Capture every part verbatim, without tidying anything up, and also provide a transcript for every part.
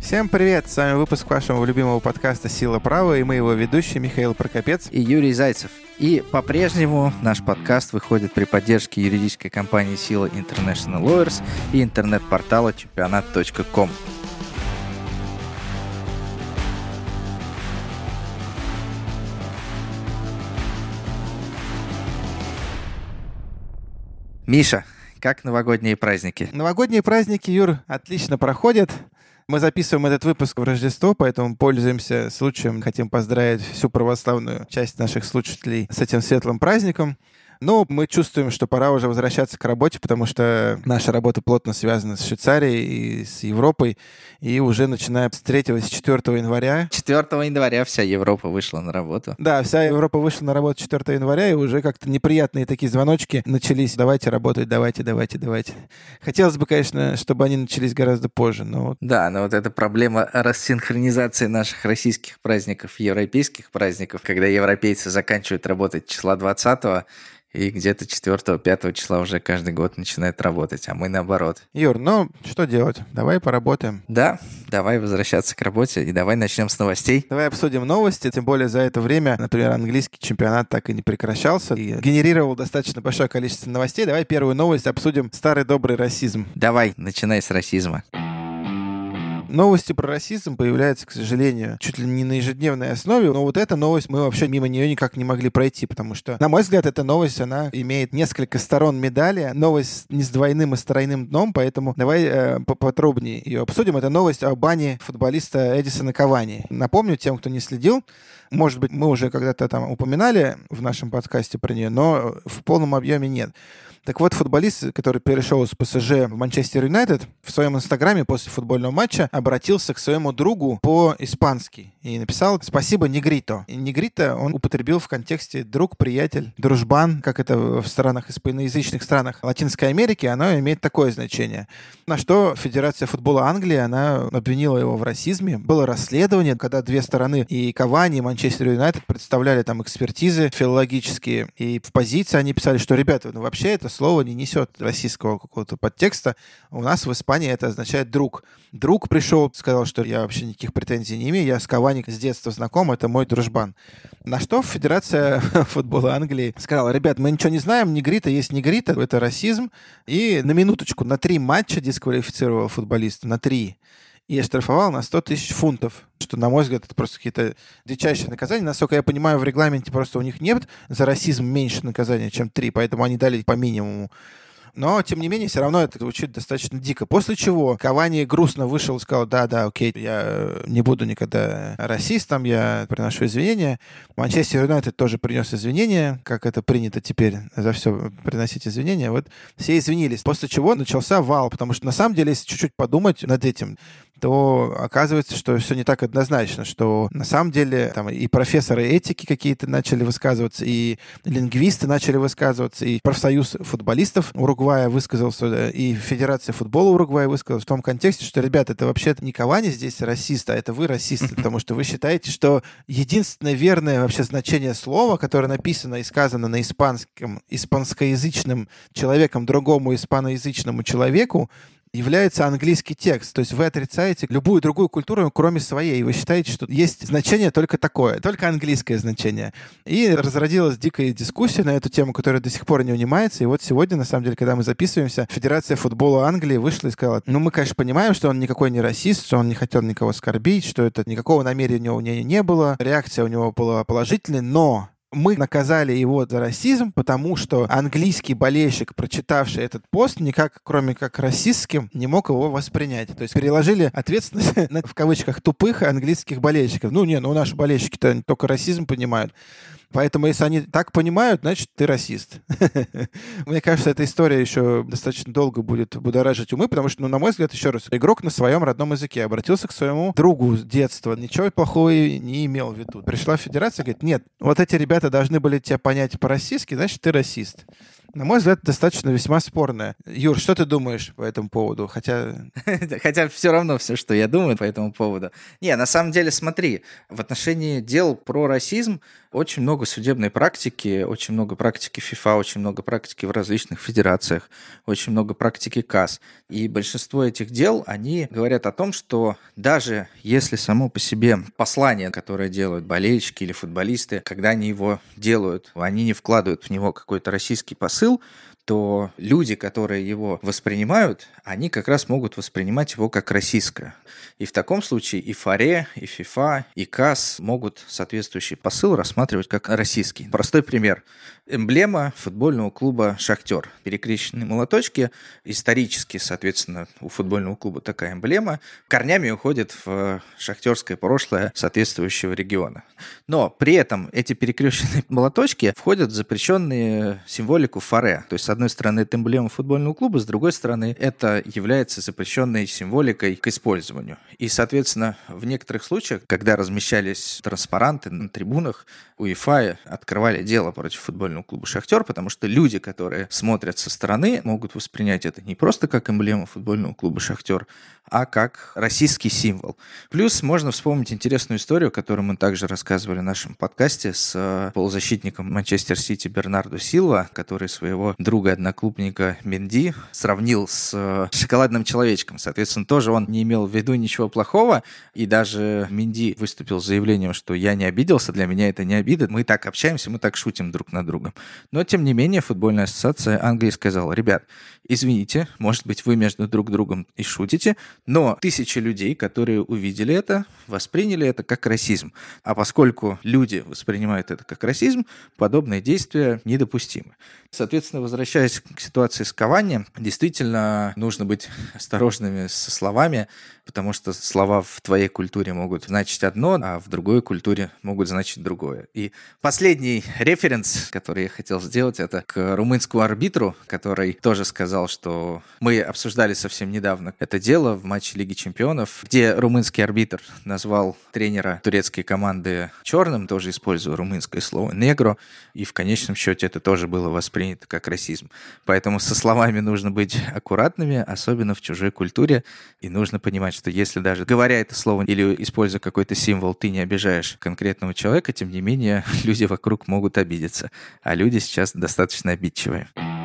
Всем привет! С вами выпуск вашего любимого подкаста «Сила права», и мы его ведущие Михаил Прокопец и Юрий Зайцев. И по-прежнему наш подкаст выходит при поддержке юридической компании «Сила International Lawyers» и интернет-портала чемпионат точка ком. Миша, как новогодние праздники? Новогодние праздники, Юр, отлично проходят. Мы записываем этот выпуск в Рождество, поэтому пользуемся случаем. Хотим поздравить всю православную часть наших слушателей с этим светлым праздником. Но мы чувствуем, что пора уже возвращаться к работе, потому что наша работа плотно связана с Швейцарией и с Европой. И уже начиная с третьего, с четвёртого января... четвёртого января вся Европа вышла на работу. Да, вся Европа вышла на работу четвёртого января, и уже как-то неприятные такие звоночки начались. Давайте работать, давайте, давайте, давайте. Хотелось бы, конечно, чтобы они начались гораздо позже, но... Да, но вот эта проблема рассинхронизации наших российских праздников и европейских праздников, когда европейцы заканчивают работать числа двадцатого, и где-то четвёртого-пятого числа уже каждый год начинает работать, а мы наоборот. Юр, ну что делать? Давай поработаем. Да, давай возвращаться к работе, и давай начнем с новостей. Давай обсудим новости, тем более за это время, например, английский чемпионат так и не прекращался и генерировал достаточно большое количество новостей. Давай первую новость обсудим. Старый добрый расизм. Давай, начинай с расизма. Новости про расизм появляются, к сожалению, чуть ли не на ежедневной основе, но вот эта новость, мы вообще мимо нее никак не могли пройти, потому что, на мой взгляд, эта новость, она имеет несколько сторон медали, новость не с двойным и с тройным дном, поэтому давай э, поподробнее ее обсудим. Это новость о бане футболиста Эдисона Кавани. Напомню тем, кто не следил, может быть, мы уже когда-то там упоминали в нашем подкасте про нее, но в полном объеме нет. Так вот, футболист, который перешел из ПСЖ в Манчестер Юнайтед, в своем инстаграме после футбольного матча обратился к своему другу по-испански и написал «Спасибо, негрито». И негрито он употребил в контексте друг, приятель, дружбан, как это в странах, испаноязычных странах Латинской Америки, оно имеет такое значение. На что Федерация футбола Англии, она обвинила его в расизме. Было расследование, когда две стороны, и Кавани, и Манчестер Юнайтед, представляли там экспертизы филологические, и в позиции они писали, что, ребята, ну вообще это слово не несет российского какого-то подтекста. У нас в Испании это означает «друг». Друг пришел, сказал, что я вообще никаких претензий не имею, я с Кавани с детства знаком, это мой дружбан. На что Федерация футбола Англии сказала: ребят, мы ничего не знаем, негрита есть негрита, это расизм. И на минуточку, на три матча дисквалифицировала футболиста, на три. И оштрафовал на сто тысяч фунтов. Что, на мой взгляд, это просто какие-то дичайшие наказания. Насколько я понимаю, в регламенте просто у них нет за расизм меньше наказания, чем три, поэтому они дали по минимуму. Но, тем не менее, все равно это звучит достаточно дико. После чего Кавани грустно вышел и сказал: да-да, окей, я не буду никогда расистом, я приношу извинения. Манчестер Юнайтед тоже принес извинения, как это принято теперь за все приносить извинения. Вот все извинились. После чего начался вал, потому что, на самом деле, если чуть-чуть подумать над этим, то оказывается, что все не так однозначно, что на самом деле там и профессоры этики какие-то начали высказываться, и лингвисты начали высказываться, и профсоюз футболистов Уругвая высказался, и Федерация футбола Уругвая высказалась в том контексте, что, ребята, это вообще-то не Кавани здесь расист, а это вы расисты, потому что вы считаете, что единственное верное вообще значение слова, которое написано и сказано на испанском, испанскоязычным человеком другому испаноязычному человеку, является английский текст. То есть вы отрицаете любую другую культуру, кроме своей. Вы считаете, что есть значение только такое, только английское значение. И разродилась дикая дискуссия на эту тему, которая до сих пор не унимается. И вот сегодня, на самом деле, когда мы записываемся, Федерация футбола Англии вышла и сказала: ну, мы, конечно, понимаем, что он никакой не расист, что он не хотел никого оскорбить, что это никакого намерения у него не было, реакция у него была положительной, но мы наказали его за расизм, потому что английский болельщик, прочитавший этот пост, никак, кроме как расистским, не мог его воспринять. То есть переложили ответственность на, в кавычках, тупых английских болельщиков. Ну, не, ну наши болельщики-то только расизм понимают. Поэтому, если они так понимают, значит, ты расист. Мне кажется, эта история еще достаточно долго будет будоражить умы, потому что, ну, на мой взгляд, еще раз, игрок на своем родном языке обратился к своему другу с детства, ничего плохого не имел в виду. Пришла федерация и говорит: нет, вот эти ребята должны были тебя понять по-российски, значит, ты расист. На мой взгляд, достаточно весьма спорная. Юр, что ты думаешь по этому поводу? Хотя... Хотя все равно все, что я думаю по этому поводу. Не, на самом деле, смотри, в отношении дел про расизм очень много судебной практики, очень много практики ФИФА, очень много практики в различных федерациях, очень много практики КАС. И большинство этих дел, они говорят о том, что даже если само по себе послание, которое делают болельщики или футболисты, когда они его делают, они не вкладывают в него какой-то российский посыл, то люди, которые его воспринимают, они как раз могут воспринимать его как российское. И в таком случае и ФАРЕ, и ФИФА, и КАС могут соответствующий посыл рассматривать как российский. Простой пример. Эмблема футбольного клуба «Шахтер». Перекрещенные молоточки. Исторически, соответственно, у футбольного клуба такая эмблема. Корнями уходит в шахтерское прошлое соответствующего региона. Но при этом эти перекрещенные молоточки входят в запрещенную символику ФАРЕ. То есть, с одной стороны, это эмблема футбольного клуба, с другой стороны, это является запрещенной символикой к использованию. И, соответственно, в некоторых случаях, когда размещались транспаранты на трибунах, УЕФА открывали дело против футбольного клуба «Шахтер», потому что люди, которые смотрят со стороны, могут воспринять это не просто как эмблему футбольного клуба «Шахтер», а как российский символ. Плюс можно вспомнить интересную историю, которую мы также рассказывали в нашем подкасте с полузащитником Манчестер Сити Бернардо Силва, который своего друга-одноклубника Менди сравнил с шоколадным человечком. Соответственно, тоже он не имел в виду ничего плохого, и даже Менди выступил с заявлением, что я не обиделся, для меня это не обида, мы так общаемся, мы так шутим друг над другом. Но, тем не менее, футбольная ассоциация Англии сказала: ребят, извините, может быть, вы между друг другом и шутите, но тысячи людей, которые увидели это, восприняли это как расизм. А поскольку люди воспринимают это как расизм, подобные действия недопустимы. Соответственно, возвращаясь к ситуации с Кавани, действительно нужно быть осторожными со словами, потому что слова в твоей культуре могут значить одно, а в другой культуре могут значить другое. И последний референс, который я хотел сделать, это к румынскому арбитру, который тоже сказал, что мы обсуждали совсем недавно это дело в матче Лиги Чемпионов, где румынский арбитр назвал тренера турецкой команды черным, тоже используя румынское слово «негро», и в конечном счете это тоже было воспринято как расизм. Поэтому со словами нужно быть аккуратными, особенно в чужой культуре, и нужно понимать, что если даже говоря это слово или используя какой-то символ, ты не обижаешь конкретного человека, тем не менее люди вокруг могут обидеться, а люди сейчас достаточно обидчивые.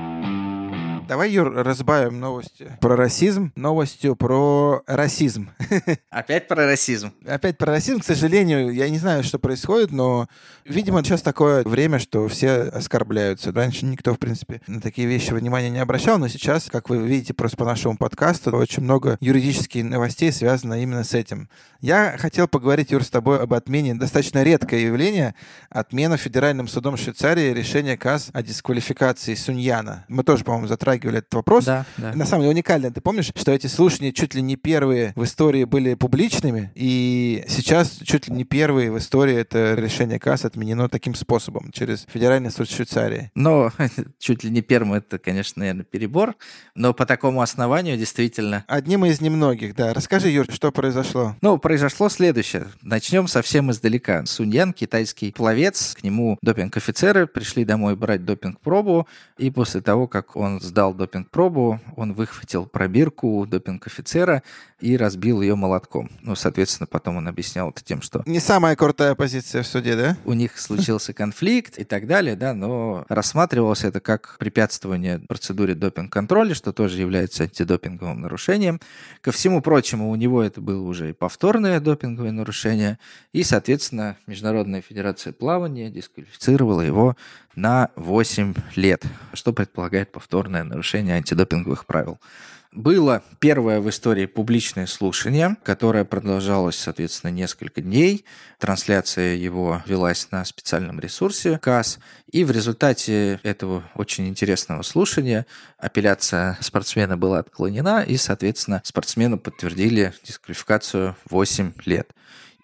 Давай, Юр, разбавим новости про расизм новостью про расизм. Опять про расизм. Опять про расизм. К сожалению, я не знаю, что происходит, но, видимо, сейчас такое время, что все оскорбляются. Раньше никто, в принципе, на такие вещи внимания не обращал, но сейчас, как вы видите просто по нашему подкасту, очень много юридических новостей связано именно с этим. Я хотел поговорить, Юр, с тобой об отмене, достаточно редкое явление, отмена Федеральным судом Швейцарии решения КАС о дисквалификации Суньяна. Мы тоже, по-моему, затрагивали этот вопрос. Да, да. На самом деле уникально. Ты помнишь, что эти слушания чуть ли не первые в истории были публичными, и сейчас чуть ли не первые в истории это решение КАС отменено таким способом, через Федеральный суд Швейцарии. Но чуть ли не первым, это, конечно, наверное, перебор, но по такому основанию действительно... Одним из немногих, да. Расскажи, Юр, что произошло? Ну, произошло следующее. Начнем совсем издалека. Суньян, китайский пловец, к нему допинг-офицеры пришли домой брать допинг-пробу, и после того, как он сдал допинг-пробу, он выхватил пробирку у допинг-офицера и разбил ее молотком. Ну, соответственно, потом он объяснял это тем, что... Не самая крутая позиция в суде, да? У них случился конфликт и так далее, да, но рассматривалось это как препятствование процедуре допинг-контроля, что тоже является антидопинговым нарушением. Ко всему прочему, у него это было уже и повторное допинговое нарушение, и, соответственно, Международная федерация плавания дисквалифицировала его на восемь лет, что предполагает повторное нарушение антидопинговых правил. Было первое в истории публичное слушание, которое продолжалось, соответственно, несколько дней. Трансляция его велась на специальном ресурсе КАС. И в результате этого очень интересного слушания апелляция спортсмена была отклонена, и, соответственно, спортсмену подтвердили дисквалификацию восемь лет. И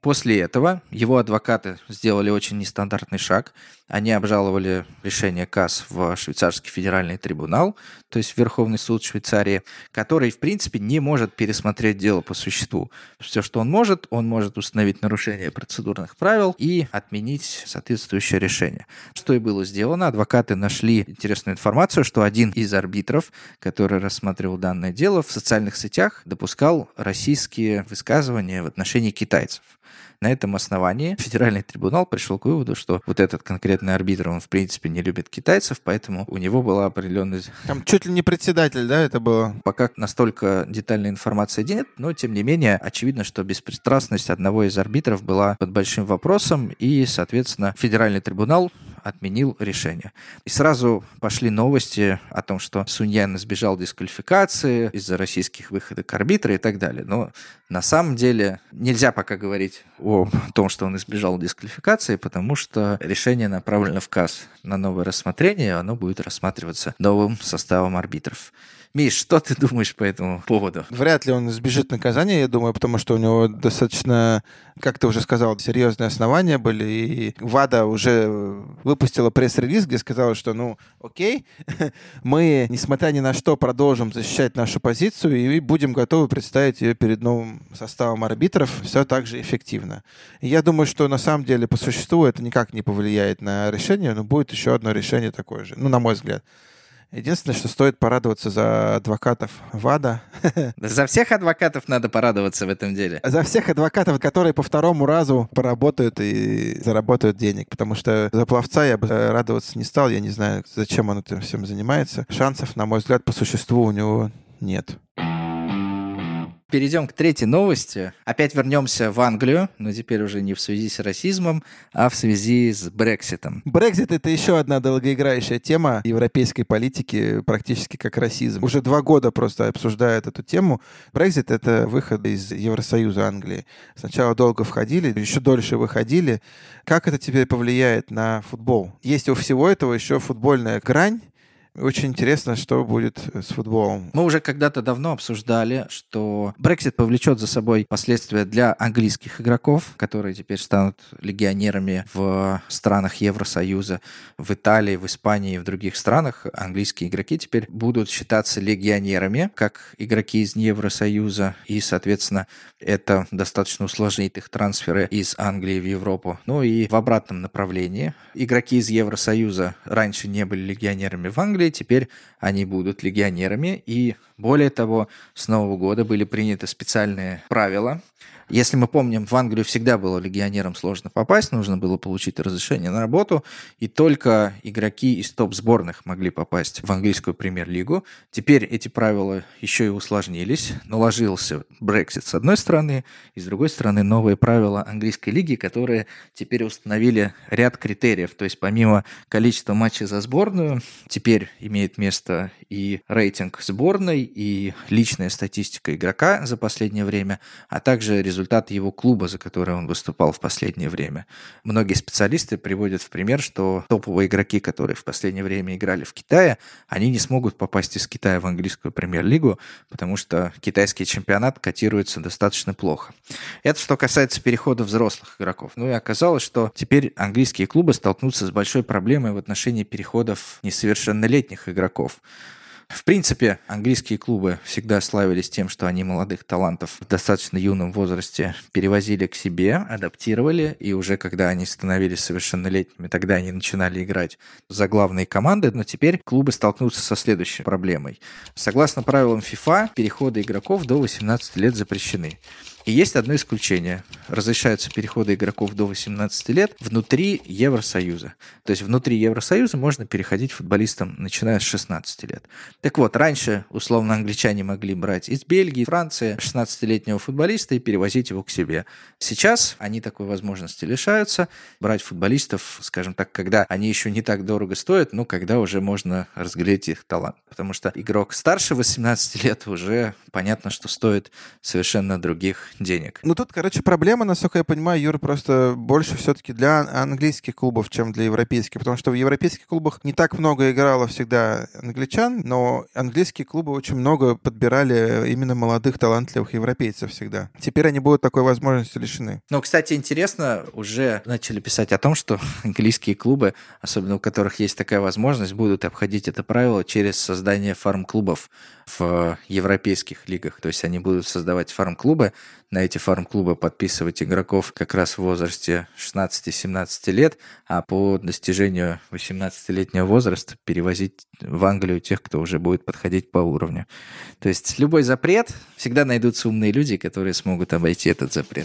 После этого его адвокаты сделали очень нестандартный шаг. Они обжаловали решение КАС в Швейцарский федеральный трибунал, то есть в Верховный суд Швейцарии, который, в принципе, не может пересмотреть дело по существу. Все, что он может, он может установить нарушение процедурных правил и отменить соответствующее решение. Что и было сделано. Адвокаты нашли интересную информацию, что один из арбитров, который рассматривал данное дело, в социальных сетях допускал российские высказывания в отношении китайцев. На этом основании федеральный трибунал пришел к выводу, что вот этот конкретный арбитр, он в принципе не любит китайцев, поэтому у него была определенная... Там чуть ли не председатель, да, это было? Пока настолько детальной информации нет, но тем не менее очевидно, что беспристрастность одного из арбитров была под большим вопросом, и, соответственно, федеральный трибунал отменил решение. И сразу пошли новости о том, что Суньян избежал дисквалификации из-за российских выходок арбитра и так далее. Но на самом деле нельзя пока говорить о том, что он избежал дисквалификации, потому что решение направлено в КАС на новое рассмотрение, оно будет рассматриваться новым составом арбитров. Миш, что ты думаешь по этому поводу? Вряд ли он избежит наказания, я думаю, потому что у него достаточно, как ты уже сказал, серьезные основания были, и ВАДА уже выпустила пресс-релиз, где сказала, что, ну, окей, мы, несмотря ни на что, продолжим защищать нашу позицию и будем готовы представить ее перед новым составом арбитров все так же эффективно. И я думаю, что на самом деле по существу это никак не повлияет на решение, но будет еще одно решение такое же, ну, на мой взгляд. Единственное, что стоит порадоваться за адвокатов ВАДА. За всех адвокатов надо порадоваться в этом деле. За всех адвокатов, которые по второму разу поработают и заработают денег. Потому что за пловца я бы радоваться не стал. Я не знаю, зачем он этим всем занимается. Шансов, на мой взгляд, по существу у него нет. Перейдем к третьей новости. Опять вернемся в Англию, но теперь уже не в связи с расизмом, а в связи с Брекситом. Брексит — это еще одна долгоиграющая тема европейской политики, практически как расизм. Уже два года просто обсуждают эту тему. Брексит — это выход из Евросоюза Англии. Сначала долго входили, еще дольше выходили. Как это теперь повлияет на футбол? Есть у всего этого еще футбольная грань. Очень интересно, что будет с футболом. Мы уже когда-то давно обсуждали, что Брексит повлечет за собой последствия для английских игроков, которые теперь станут легионерами в странах Евросоюза. В Италии, в Испании и в других странах английские игроки теперь будут считаться легионерами, как игроки из Евросоюза. И, соответственно, это достаточно усложнит их трансферы из Англии в Европу. Ну и в обратном направлении. Игроки из Евросоюза раньше не были легионерами в Англии, теперь они будут легионерами. И более того, с Нового года были приняты специальные правила. Если мы помним, в Англию всегда было легионерам сложно попасть, нужно было получить разрешение на работу, и только игроки из топ-сборных могли попасть в английскую премьер-лигу. Теперь эти правила еще и усложнились. Наложился Брексит с одной стороны, и с другой стороны новые правила английской лиги, которые теперь установили ряд критериев. То есть помимо количества матчей за сборную, теперь имеет место и рейтинг сборной, и личная статистика игрока за последнее время, а также результаты его клуба, за который он выступал в последнее время. Многие специалисты приводят в пример, что топовые игроки, которые в последнее время играли в Китае, они не смогут попасть из Китая в английскую премьер-лигу, потому что китайский чемпионат котируется достаточно плохо. Это что касается перехода взрослых игроков. Ну и оказалось, что теперь английские клубы столкнутся с большой проблемой в отношении переходов несовершеннолетних игроков. В принципе, английские клубы всегда славились тем, что они молодых талантов в достаточно юном возрасте перевозили к себе, адаптировали, и уже когда они становились совершеннолетними, тогда они начинали играть за главные команды, но теперь клубы столкнутся со следующей проблемой. Согласно правилам FIFA, переходы игроков до восемнадцати лет запрещены. И есть одно исключение. Разрешаются переходы игроков до восемнадцати лет внутри Евросоюза. То есть внутри Евросоюза можно переходить футболистам, начиная с шестнадцати лет. Так вот, раньше, условно, англичане могли брать из Бельгии, Франции шестнадцатилетнего футболиста и перевозить его к себе. Сейчас они такой возможности лишаются. Брать футболистов, скажем так, когда они еще не так дорого стоят, но когда уже можно разглядеть их талант. Потому что игрок старше восемнадцати лет уже понятно, что стоит совершенно других денег. Ну тут, короче, проблема, насколько я понимаю, Юра, просто больше все-таки для английских клубов, чем для европейских, потому что в европейских клубах не так много играло всегда англичан, но английские клубы очень много подбирали именно молодых, талантливых европейцев всегда. Теперь они будут такой возможности лишены. Ну, кстати, интересно, уже начали писать о том, что английские клубы, особенно у которых есть такая возможность, будут обходить это правило через создание фарм-клубов в европейских лигах. То есть они будут создавать фарм-клубы, на эти фарм-клубы подписывать игроков как раз в возрасте шестнадцати-семнадцати лет, а по достижению восемнадцатилетнего возраста перевозить в Англию тех, кто уже будет подходить по уровню. То есть любой запрет, всегда найдутся умные люди, которые смогут обойти этот запрет.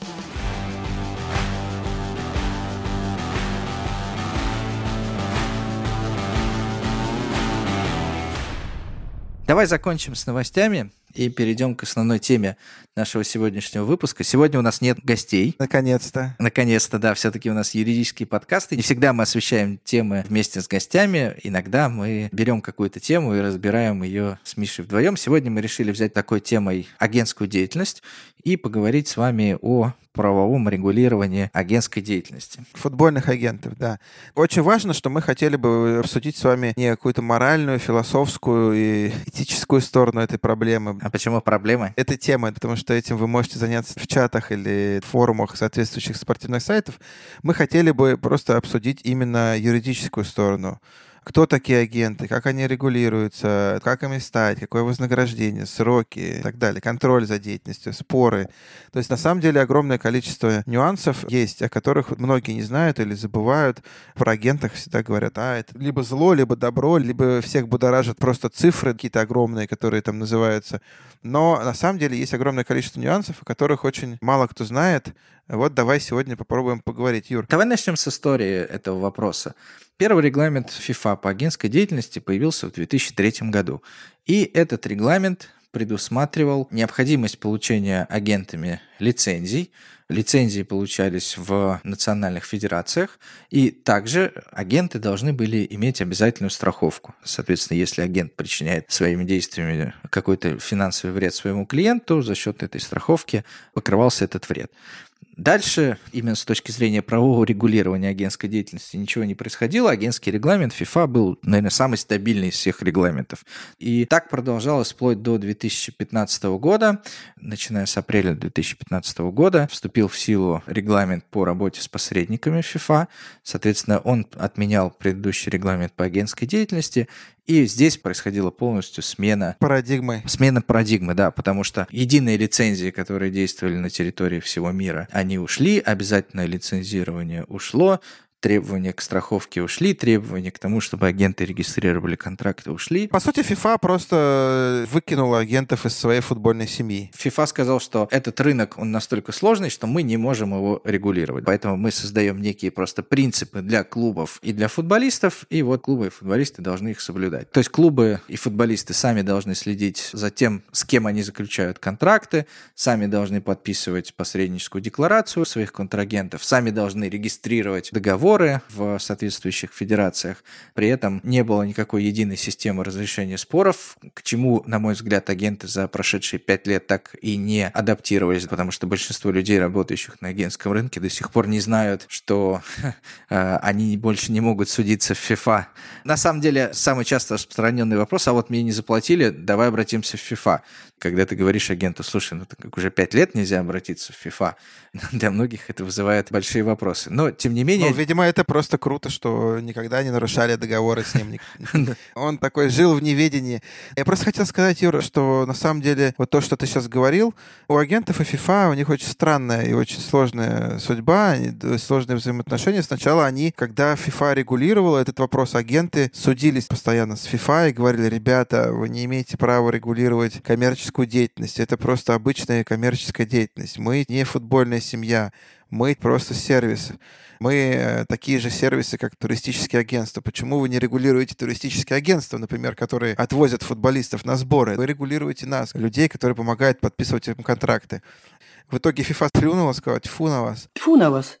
Давай закончим с новостями и перейдем к основной теме нашего сегодняшнего выпуска. Сегодня у нас нет гостей. Наконец-то. Наконец-то, да, все-таки у нас юридические подкасты. Не всегда мы освещаем темы вместе с гостями. Иногда мы берем какую-то тему и разбираем ее с Мишей вдвоем. Сегодня мы решили взять такой темой агентскую деятельность и поговорить с вами о правовом регулировании агентской деятельности. Футбольных агентов, да. Очень важно, что мы хотели бы обсудить с вами не какую-то моральную, философскую и этическую сторону этой проблемы. А почему проблемы? Этой темы, потому что этим вы можете заняться в чатах или форумах соответствующих спортивных сайтов. Мы хотели бы просто обсудить именно юридическую сторону. Кто такие агенты, как они регулируются, как ими стать, какое вознаграждение, сроки и так далее, контроль за деятельностью, споры. То есть на самом деле огромное количество нюансов есть, о которых многие не знают или забывают. Про агентов всегда говорят, а это либо зло, либо добро, либо всех будоражат просто цифры какие-то огромные, которые там называются. Но на самом деле есть огромное количество нюансов, о которых очень мало кто знает. Вот давай сегодня попробуем поговорить. Юр. Давай начнем с истории этого вопроса. Первый регламент ФИФА по агентской деятельности появился в две тысячи третьем году. И этот регламент предусматривал необходимость получения агентами лицензий. Лицензии получались в национальных федерациях, и также агенты должны были иметь обязательную страховку. Соответственно, если агент причиняет своими действиями какой-то финансовый вред своему клиенту, за счет этой страховки покрывался этот вред. Дальше, именно с точки зрения правового регулирования агентской деятельности, ничего не происходило. Агентский регламент ФИФА был, наверное, самый стабильный из всех регламентов. И так продолжалось вплоть до две тысячи пятнадцатого года. Начиная с апреля две тысячи пятнадцатого года вступил в силу регламент по работе с посредниками ФИФА. Соответственно, он отменял предыдущий регламент по агентской деятельности. И здесь происходила полностью смена... Парадигмы. Смена парадигмы, да, потому что единые лицензии, которые действовали на территории всего мира, они ушли, обязательное лицензирование ушло, требования к страховке ушли, требования к тому, чтобы агенты регистрировали контракты, ушли. По сути, ФИФА просто выкинула агентов из своей футбольной семьи. ФИФА сказал, что этот рынок, он настолько сложный, что мы не можем его регулировать. Поэтому мы создаем некие просто принципы для клубов и для футболистов, и вот клубы и футболисты должны их соблюдать. То есть клубы и футболисты сами должны следить за тем, с кем они заключают контракты, сами должны подписывать посредническую декларацию своих контрагентов, сами должны регистрировать договор в соответствующих федерациях. При этом не было никакой единой системы разрешения споров, к чему, на мой взгляд, агенты за прошедшие пять лет так и не адаптировались, потому что большинство людей, работающих на агентском рынке, до сих пор не знают, что они больше не могут судиться в ФИФА. На самом деле, самый часто распространенный вопрос, а вот мне не заплатили, давай обратимся в ФИФА. Когда ты говоришь агенту, слушай, ну так как уже пять лет нельзя обратиться в ФИФА, для многих это вызывает большие вопросы. Но, тем не менее... Ну, видимо, это просто круто, что никогда не нарушали договоры с ним. Он такой жил в неведении. Я просто хотел сказать, Юра, что на самом деле вот то, что ты сейчас говорил, у агентов и ФИФА у них очень странная и очень сложная судьба, сложные взаимоотношения. Сначала они, когда ФИФА регулировала этот вопрос, агенты судились постоянно с ФИФА и говорили, ребята, вы не имеете права регулировать коммерческую деятельность. Это просто обычная коммерческая деятельность. Мы не футбольная семья, мы просто сервисы. Мы такие же сервисы, как туристические агентства. Почему вы не регулируете туристические агентства, например, которые отвозят футболистов на сборы? Вы регулируете нас, людей, которые помогают подписывать им контракты. В итоге FIFA плюнула, сказала: тьфу на вас. Тьфу на вас.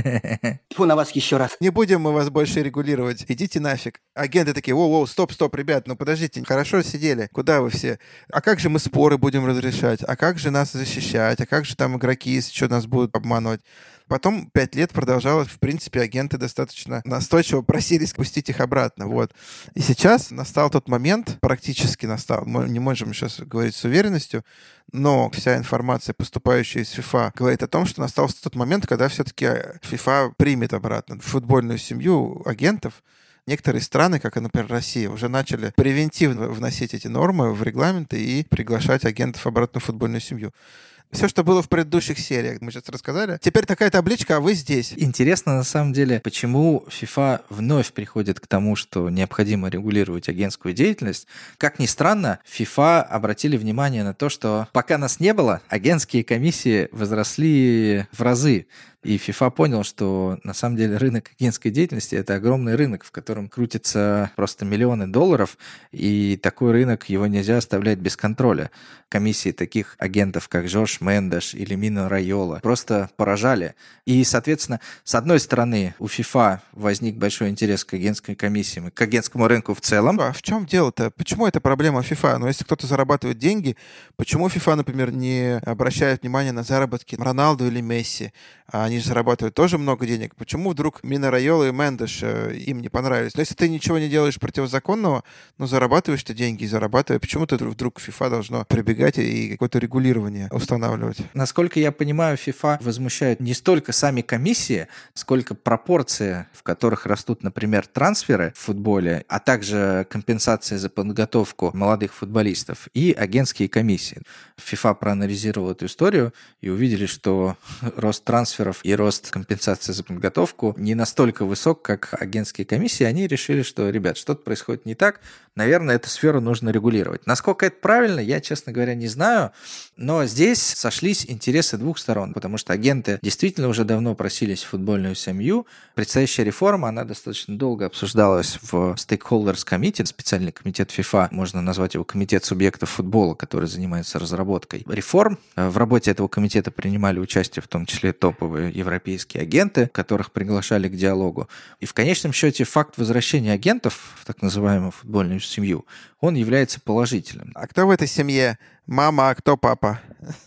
Тьфу на вас еще раз. Не будем мы вас больше регулировать. Идите нафиг. Агенты такие: воу-воу, стоп-стоп, ребят, ну подождите, хорошо сидели. Куда вы все? А как же мы споры будем разрешать? А как же нас защищать? А как же там игроки, если что, нас будут обманывать? Потом пять лет продолжалось. В принципе, агенты достаточно настойчиво просились пустить их обратно. Вот. И сейчас настал тот момент, практически настал, мы не можем сейчас говорить с уверенностью, но вся информация, поступающая из FIFA, говорит о том, что настал тот момент, когда все-таки FIFA примет обратно футбольную семью агентов. Некоторые страны, как, например, Россия, уже начали превентивно вносить эти нормы в регламенты и приглашать агентов обратно в футбольную семью. Все, что было в предыдущих сериях, мы сейчас рассказали. Теперь такая табличка, а вы здесь. Интересно, на самом деле, почему FIFA вновь приходит к тому, что необходимо регулировать агентскую деятельность. Как ни странно, FIFA обратили внимание на то, что пока нас не было, агентские комиссии возросли в разы. И FIFA понял, что на самом деле рынок агентской деятельности – это огромный рынок, в котором крутятся просто миллионы долларов, и такой рынок, его нельзя оставлять без контроля. Комиссии таких агентов, как Жорж Мендеш или Мино Райола, просто поражали. И, соответственно, с одной стороны, у FIFA возник большой интерес к агентской комиссии, к агентскому рынку в целом. А в чем дело-то? Почему это проблема FIFA? Ну, если кто-то зарабатывает деньги, почему FIFA, например, не обращает внимание на заработки Роналду или Месси? Они же зарабатывают тоже много денег. Почему вдруг Мино Райола и Мендеш э, им не понравились? Но если ты ничего не делаешь противозаконного, ну, зарабатываешь ты деньги и зарабатываешь. Почему ты вдруг FIFA должно прибегать и какое-то регулирование устанавливать? Насколько я понимаю, FIFA возмущает не столько сами комиссии, сколько пропорции, в которых растут, например, трансферы в футболе, а также компенсации за подготовку молодых футболистов и агентские комиссии. FIFA проанализировала эту историю и увидели, что рост трансферов и рост компенсации за подготовку не настолько высок, как агентские комиссии. Они решили, что, ребят, что-то происходит не так, наверное, эту сферу нужно регулировать. Насколько это правильно, я, честно говоря, не знаю, но здесь сошлись интересы двух сторон, потому что агенты действительно уже давно просились в футбольную семью. Предстоящая реформа, она достаточно долго обсуждалась в Stakeholders Committee, специальный комитет FIFA, можно назвать его комитет субъектов футбола, который занимается разработкой реформ. В работе этого комитета принимали участие в том числе топовые европейские агенты, которых приглашали к диалогу. И в конечном счете факт возвращения агентов в так называемую футбольную семью, он является положительным. А кто в этой семье? Мама, а кто папа?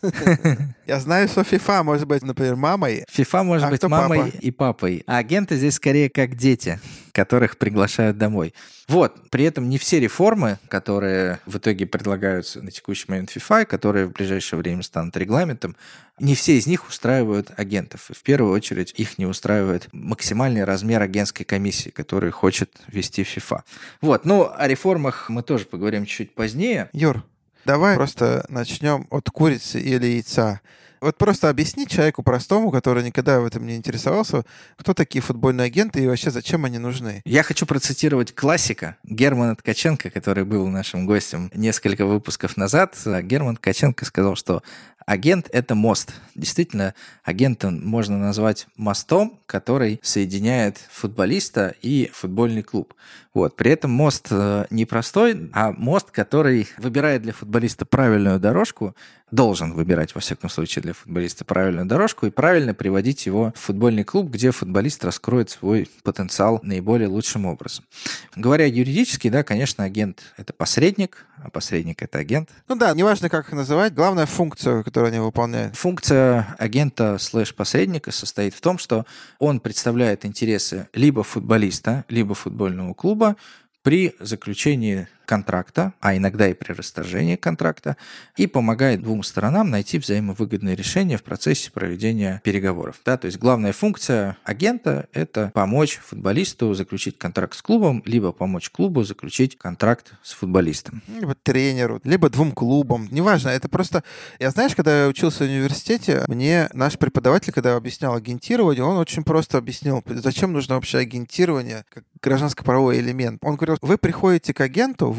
Я знаю, что FIFA может быть, например, мамой. FIFA может быть мамой и папой. А агенты здесь скорее как дети, которых приглашают домой. Вот. При этом не все реформы, которые в итоге предлагаются на текущий момент FIFA, которые в ближайшее время станут регламентом, не все из них устраивают агентов. И в первую очередь их не устраивает максимальный размер агентской комиссии, которую хочет ввести FIFA. Вот. Ну, о реформах мы тоже поговорим чуть позднее. Юр, давай просто начнем от курицы или яйца. Вот просто объясни человеку простому, который никогда в этом не интересовался, кто такие футбольные агенты и вообще зачем они нужны. Я хочу процитировать классика Германа Ткаченко, который был нашим гостем несколько выпусков назад. Герман Ткаченко сказал, что агент — это мост. Действительно, агентом можно назвать мостом, который соединяет футболиста и футбольный клуб. Вот. При этом мост не простой, а мост, который выбирает для футболиста правильную дорожку, должен выбирать, во всяком случае, для футболиста правильную дорожку и правильно приводить его в футбольный клуб, где футболист раскроет свой потенциал наиболее лучшим образом. Говоря юридически, да, конечно, агент — это посредник, а посредник — это агент. Ну да, неважно, как их называть, главная функция, которую они выполняют. Функция агента слэш-посредника состоит в том, что он представляет интересы либо футболиста, либо футбольного клуба при заключении контракта, а иногда и при расторжении контракта, и помогает двум сторонам найти взаимовыгодные решения в процессе проведения переговоров. Да, то есть главная функция агента – это помочь футболисту заключить контракт с клубом, либо помочь клубу заключить контракт с футболистом. Либо тренеру, либо двум клубам. Неважно, это просто... Я, знаешь, когда я учился в университете, мне наш преподаватель, когда объяснял агентирование, он очень просто объяснил, зачем нужно вообще агентирование как гражданско-правовой элемент. Он говорил, вы приходите к агенту, вы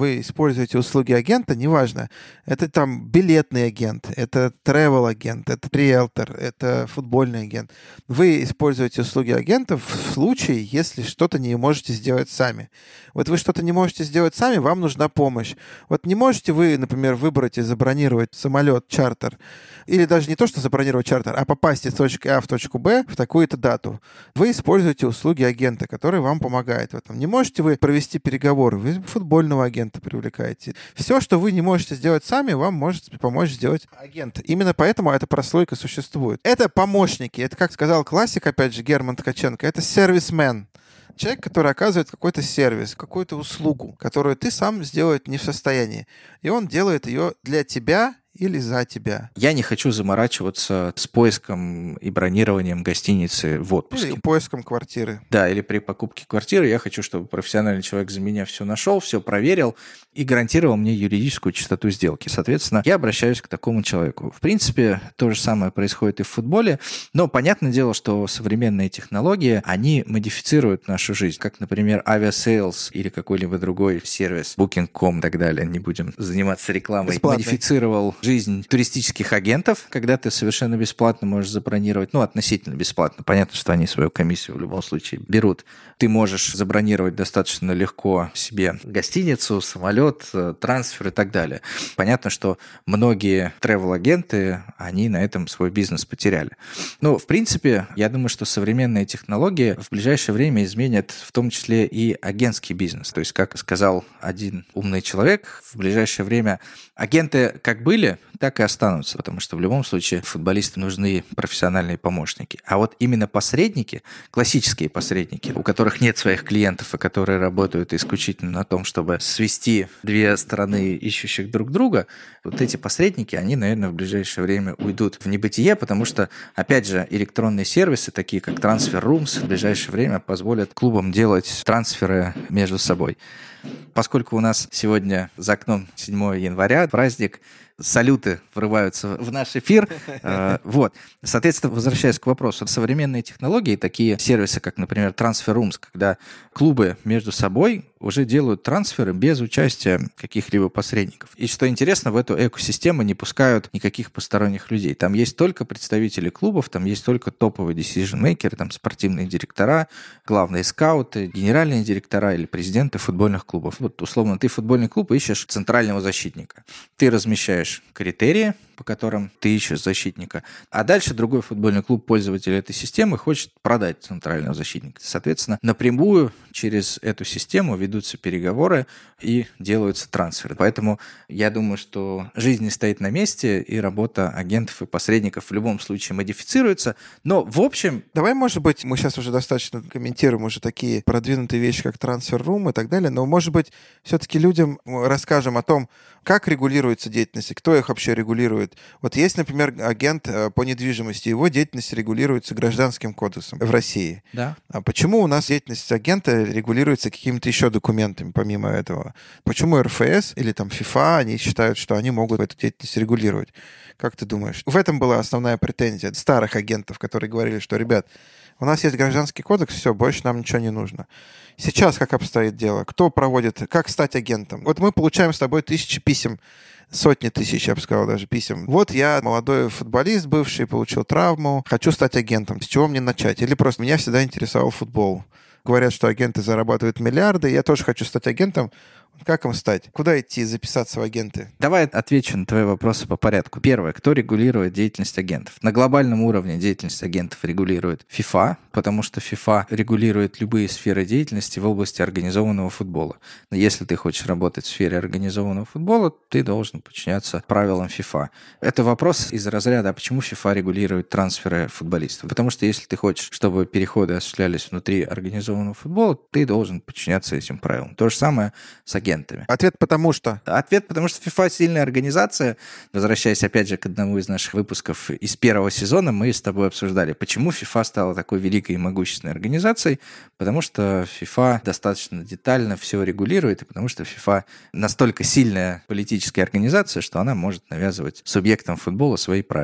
вы используете услуги агента, неважно, это там билетный агент, это travel агент, это риэлтор, это футбольный агент. Вы используете услуги агентов в случае, если что-то не можете сделать сами. Вот вы что-то не можете сделать сами, вам нужна помощь. Вот не можете вы, например, выбрать и забронировать самолет, чартер, или даже не то, что забронировать чартер, а попасть из точки А в точку Б в такую-то дату. Вы используете услуги агента, который вам помогает в этом. Не можете вы провести переговоры, вы футбольного агента привлекаете. Все, что вы не можете сделать сами, вам может помочь сделать агент. Именно поэтому эта прослойка существует. Это помощники. Это, как сказал классик, опять же, Герман Ткаченко, это сервисмен. Человек, который оказывает какой-то сервис, какую-то услугу, которую ты сам сделать не в состоянии. И он делает ее для тебя или за тебя. Я не хочу заморачиваться с поиском и бронированием гостиницы в отпуске. Или поиском квартиры. Да, или при покупке квартиры я хочу, чтобы профессиональный человек за меня все нашел, все проверил и гарантировал мне юридическую чистоту сделки. Соответственно, я обращаюсь к такому человеку. В принципе, то же самое происходит и в футболе, но понятное дело, что современные технологии, они модифицируют нашу жизнь. Как, например, Aviasales или какой-либо другой сервис, букинг точка ком и так далее, не будем заниматься рекламой, бесплатный. Модифицировал жизнь туристических агентов, когда ты совершенно бесплатно можешь забронировать, ну, относительно бесплатно. Понятно, что они свою комиссию в любом случае берут. Ты можешь забронировать достаточно легко себе гостиницу, самолет, трансфер и так далее. Понятно, что многие travel-агенты, они на этом свой бизнес потеряли. Но, в принципе, я думаю, что современные технологии в ближайшее время изменят в том числе и агентский бизнес. То есть, как сказал один умный человек, в ближайшее время агенты как были, так и останутся, потому что в любом случае футболисты нужны профессиональные помощники. А вот именно посредники, классические посредники, у которых нет своих клиентов и которые работают исключительно на том, чтобы свести две стороны ищущих друг друга, вот эти посредники, они, наверное, в ближайшее время уйдут в небытие, потому что, опять же, электронные сервисы, такие как Transfer Rooms, в ближайшее время позволят клубам делать трансферы между собой. Поскольку у нас сегодня за окном седьмого января, праздник, салюты врываются в наш эфир. Вот. Соответственно, возвращаясь к вопросу, современные технологии, такие сервисы, как, например, Transfer Rooms, когда клубы между собой уже делают трансферы без участия каких-либо посредников. И что интересно, в эту экосистему не пускают никаких посторонних людей. Там есть только представители клубов, там есть только топовые decision-makers, там спортивные директора, главные скауты, генеральные директора или президенты футбольных клубов. Вот, условно, ты футбольный клуб ищешь центрального защитника. Ты размещаешь критерии, по которым ты ищешь защитника, а дальше другой футбольный клуб, пользователь этой системы, хочет продать центрального защитника. Соответственно, напрямую через эту систему ведутся переговоры и делаются трансферы. Поэтому я думаю, что жизнь не стоит на месте, и работа агентов и посредников в любом случае модифицируется. Но в общем... Давай, может быть, мы сейчас уже достаточно комментируем уже такие продвинутые вещи, как трансфер-рум и так далее, но, может быть, все-таки людям расскажем о том, как регулируется деятельность, и кто их вообще регулирует. Вот есть, например, агент по недвижимости, его деятельность регулируется Гражданским кодексом в России. Да. А почему у нас деятельность агента регулируется какими-то еще документами помимо этого? Почему эр эф эс или там FIFA, они считают, что они могут эту деятельность регулировать? Как ты думаешь? В этом была основная претензия старых агентов, которые говорили, что, ребят, у нас есть Гражданский кодекс, все, больше нам ничего не нужно. Сейчас как обстоит дело? Кто проводит? Как стать агентом? Вот мы получаем с тобой тысячи писем, сотни тысяч, я бы сказал, даже писем. Вот я молодой футболист бывший, получил травму, хочу стать агентом. С чего мне начать? Или просто меня всегда интересовал футбол. Говорят, что агенты зарабатывают миллиарды, я тоже хочу стать агентом. Как им стать? Куда идти, записаться в агенты? Давай отвечу на твои вопросы по порядку. Первое. Кто регулирует деятельность агентов? На глобальном уровне деятельность агентов регулирует FIFA, потому что FIFA регулирует любые сферы деятельности в области организованного футбола. Но если ты хочешь работать в сфере организованного футбола, ты должен подчиняться правилам FIFA. Это вопрос из разряда, а почему FIFA регулирует трансферы футболистов? Потому что если ты хочешь, чтобы переходы осуществлялись внутри организованного футбола, ты должен подчиняться этим правилам. То же самое с агентами. Ответ потому что? Ответ потому что FIFA сильная организация. Возвращаясь опять же к одному из наших выпусков из первого сезона, мы с тобой обсуждали, почему FIFA стала такой великой и могущественной организацией. Потому что FIFA достаточно детально все регулирует, и потому что FIFA настолько сильная политическая организация, что она может навязывать субъектам футбола свои правила.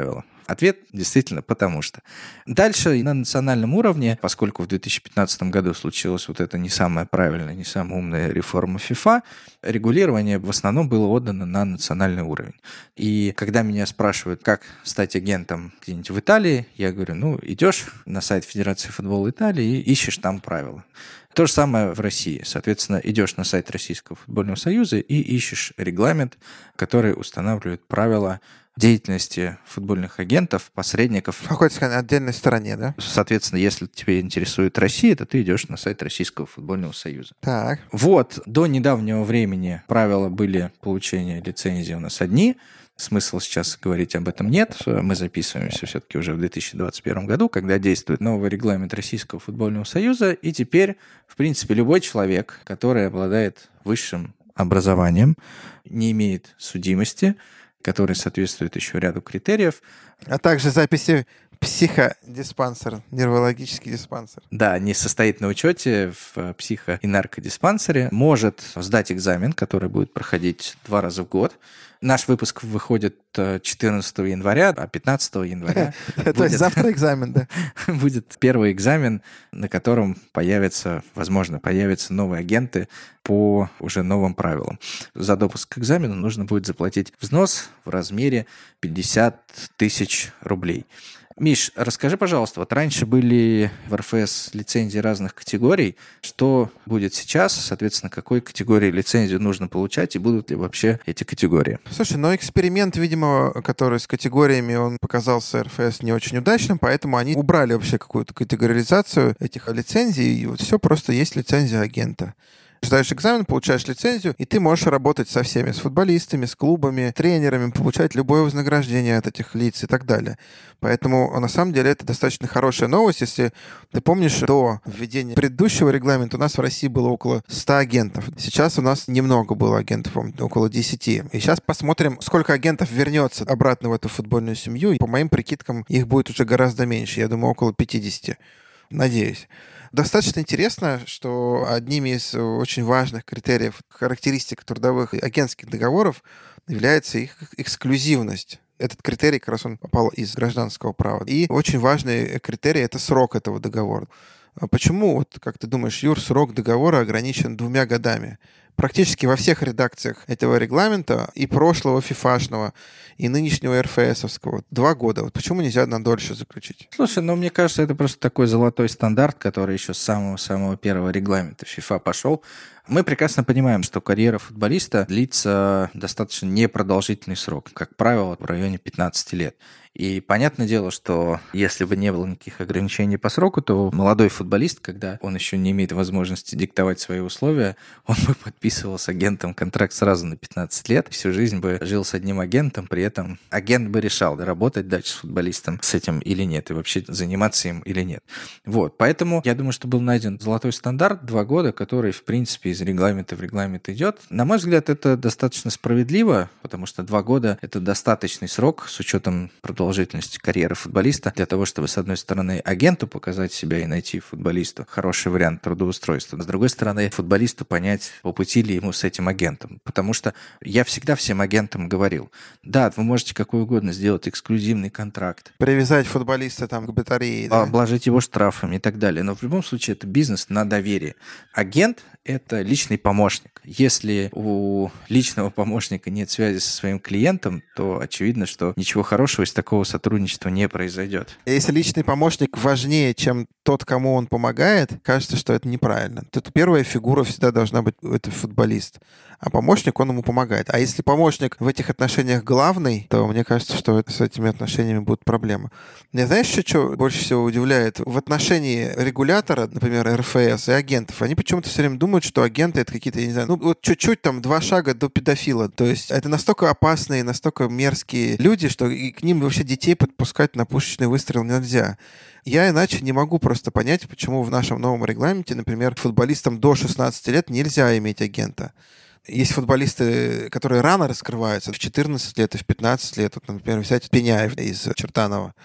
Ответ действительно потому что. Дальше на национальном уровне, поскольку в две тысячи пятнадцатом году случилась вот эта не самая правильная, не самая умная реформа ФИФА, регулирование в основном было отдано на национальный уровень. И когда меня спрашивают, как стать агентом где-нибудь в Италии, я говорю, ну, идешь на сайт Федерации футбола Италии и ищешь там правила. То же самое в России. Соответственно, идешь на сайт Российского футбольного союза и ищешь регламент, который устанавливает правила деятельности футбольных агентов, посредников. В какой-то отдельной стороне, да? Соответственно, если тебя интересует Россия, то ты идешь на сайт Российского футбольного союза. Так. Вот, до недавнего времени правила были получения лицензии у нас одни. Смысла сейчас говорить об этом нет. Мы записываемся все-таки уже в две тысячи двадцать первом году, когда действует новый регламент Российского футбольного союза. И теперь, в принципе, любой человек, который обладает высшим образованием, не имеет судимости, который соответствует еще ряду критериев. А также записи психодиспансер, нейрологический диспансер. Да, не состоит на учете в психо- и наркодиспансере, может сдать экзамен, который будет проходить два раза в год. Наш выпуск выходит четырнадцатого января, а пятнадцатого января То есть завтра экзамен, да? Будет первый экзамен, на котором появятся, возможно, появятся новые агенты по уже новым правилам. За допуск к экзамену нужно будет заплатить взнос в размере пятьдесят тысяч рублей. Миш, расскажи, пожалуйста, вот раньше были в эр эф эс лицензии разных категорий. Что будет сейчас? Соответственно, какой категории лицензию нужно получать и будут ли вообще эти категории? Слушай, но эксперимент, видимо, который с категориями, он показался эр эф эс не очень удачным, поэтому они убрали вообще какую-то категоризацию этих лицензий, и вот все, просто есть лицензия агента. Сдаешь экзамен, получаешь лицензию, и ты можешь работать со всеми, с футболистами, с клубами, тренерами, получать любое вознаграждение от этих лиц и так далее. Поэтому, на самом деле, это достаточно хорошая новость. Если ты помнишь, до введения предыдущего регламента у нас в России было около ста агентов. Сейчас у нас немного было агентов, около десяти. И сейчас посмотрим, сколько агентов вернется обратно в эту футбольную семью. И по моим прикидкам, их будет уже гораздо меньше. Я думаю, около пятидесяти. Надеюсь. Достаточно интересно, что одними из очень важных критериев, характеристик трудовых и агентских договоров является их эксклюзивность. Этот критерий как раз он попал из гражданского права. И очень важный критерий — это срок этого договора. Почему, вот как ты думаешь, Юр, срок договора ограничен двумя годами? Практически во всех редакциях этого регламента, и прошлого фифашного, и нынешнего эр эф эсовского, два года. Вот почему нельзя на дольше заключить? Слушай, ну мне кажется, это просто такой золотой стандарт, который еще с самого-самого первого регламента FIFA пошел. Мы прекрасно понимаем, что карьера футболиста длится достаточно непродолжительный срок, как правило, в районе пятнадцати лет. И понятное дело, что если бы не было никаких ограничений по сроку, то молодой футболист, когда он еще не имеет возможности диктовать свои условия, он бы подписывал с агентом контракт сразу на пятнадцать лет, всю жизнь бы жил с одним агентом, при этом агент бы решал, да, работать дальше с футболистом с этим или нет, и вообще заниматься им или нет. Вот, поэтому я думаю, что был найден золотой стандарт, два года, который, в принципе, из регламента в регламент идет. На мой взгляд, это достаточно справедливо, потому что два года – это достаточный срок с учетом продолжительности карьеры футболиста для того, чтобы, с одной стороны, агенту показать себя и найти футболисту хороший вариант трудоустройства, с другой стороны, футболисту понять, по пути ли ему с этим агентом. Потому что я всегда всем агентам говорил, да, вы можете какой угодно сделать эксклюзивный контракт, привязать футболиста там к батарее, да? Обложить его штрафами и так далее. Но в любом случае это бизнес на доверие. Агент – это личный помощник. Если у личного помощника нет связи со своим клиентом, то очевидно, что ничего хорошего из такого сотрудничества не произойдет. Если личный помощник важнее, чем тот, кому он помогает, кажется, что это неправильно. Тут первая фигура всегда должна быть это футболист, а помощник, он ему помогает. А если помощник в этих отношениях главный, то мне кажется, что это, с этими отношениями будут проблемы. Мне знаешь, что, что больше всего удивляет? В отношении регулятора, например, эр эф эс и агентов, они почему-то все время думают, что агенты — это какие-то, я не знаю, ну вот чуть-чуть там два шага до педофила. То есть это настолько опасные, настолько мерзкие люди, что и к ним вообще детей подпускать на пушечный выстрел нельзя. Я иначе не могу просто понять, почему в нашем новом регламенте, например, футболистам до шестнадцати лет нельзя иметь агента. Есть футболисты, которые рано раскрываются, в четырнадцать лет и в пятнадцать лет. Вот, например, взять Пеняев из Чертанова.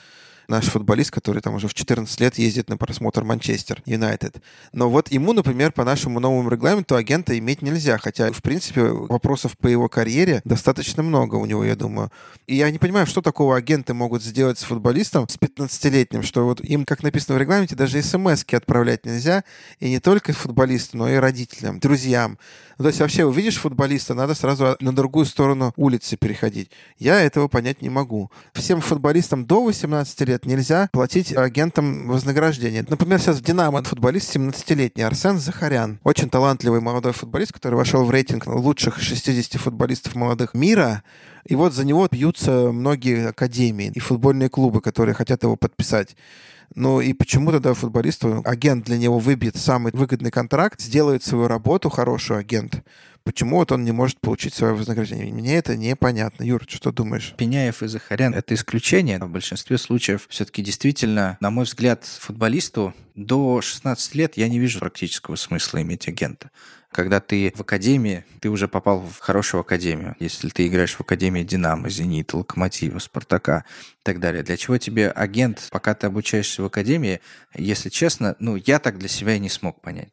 наш футболист, который там уже в четырнадцать лет ездит на просмотр Манчестер Юнайтед. Но вот ему, например, по нашему новому регламенту агента иметь нельзя, хотя, в принципе, вопросов по его карьере достаточно много у него, я думаю. И я не понимаю, что такого агенты могут сделать с футболистом, с пятнадцатилетним, что вот им, как написано в регламенте, даже смс-ки отправлять нельзя, и не только футболисту, но и родителям, друзьям. Ну, то есть вообще увидишь футболиста, надо сразу на другую сторону улицы переходить. Я этого понять не могу. Всем футболистам до восемнадцати лет нельзя платить агентам вознаграждение. Например, сейчас в «Динамо» футболист семнадцатилетний Арсен Захарян. Очень талантливый молодой футболист, который вошел в рейтинг лучших шестидесяти футболистов молодых мира. И вот за него бьются многие академии и футбольные клубы, которые хотят его подписать. Ну и почему тогда футболисту агент для него выбьет самый выгодный контракт, сделает свою работу, хороший агент? Почему вот он не может получить свое вознаграждение? Мне это непонятно. Юр, что думаешь? Пеняев и Захарян — это исключение. В большинстве случаев все-таки действительно, на мой взгляд, футболисту до шестнадцати лет я не вижу практического смысла иметь агента. Когда ты в академии, ты уже попал в хорошую академию. Если ты играешь в академии «Динамо», «Зенита», «Локомотива», «Спартака» и так далее. Для чего тебе агент, пока ты обучаешься в академии? Если честно, ну, я так для себя и не смог понять.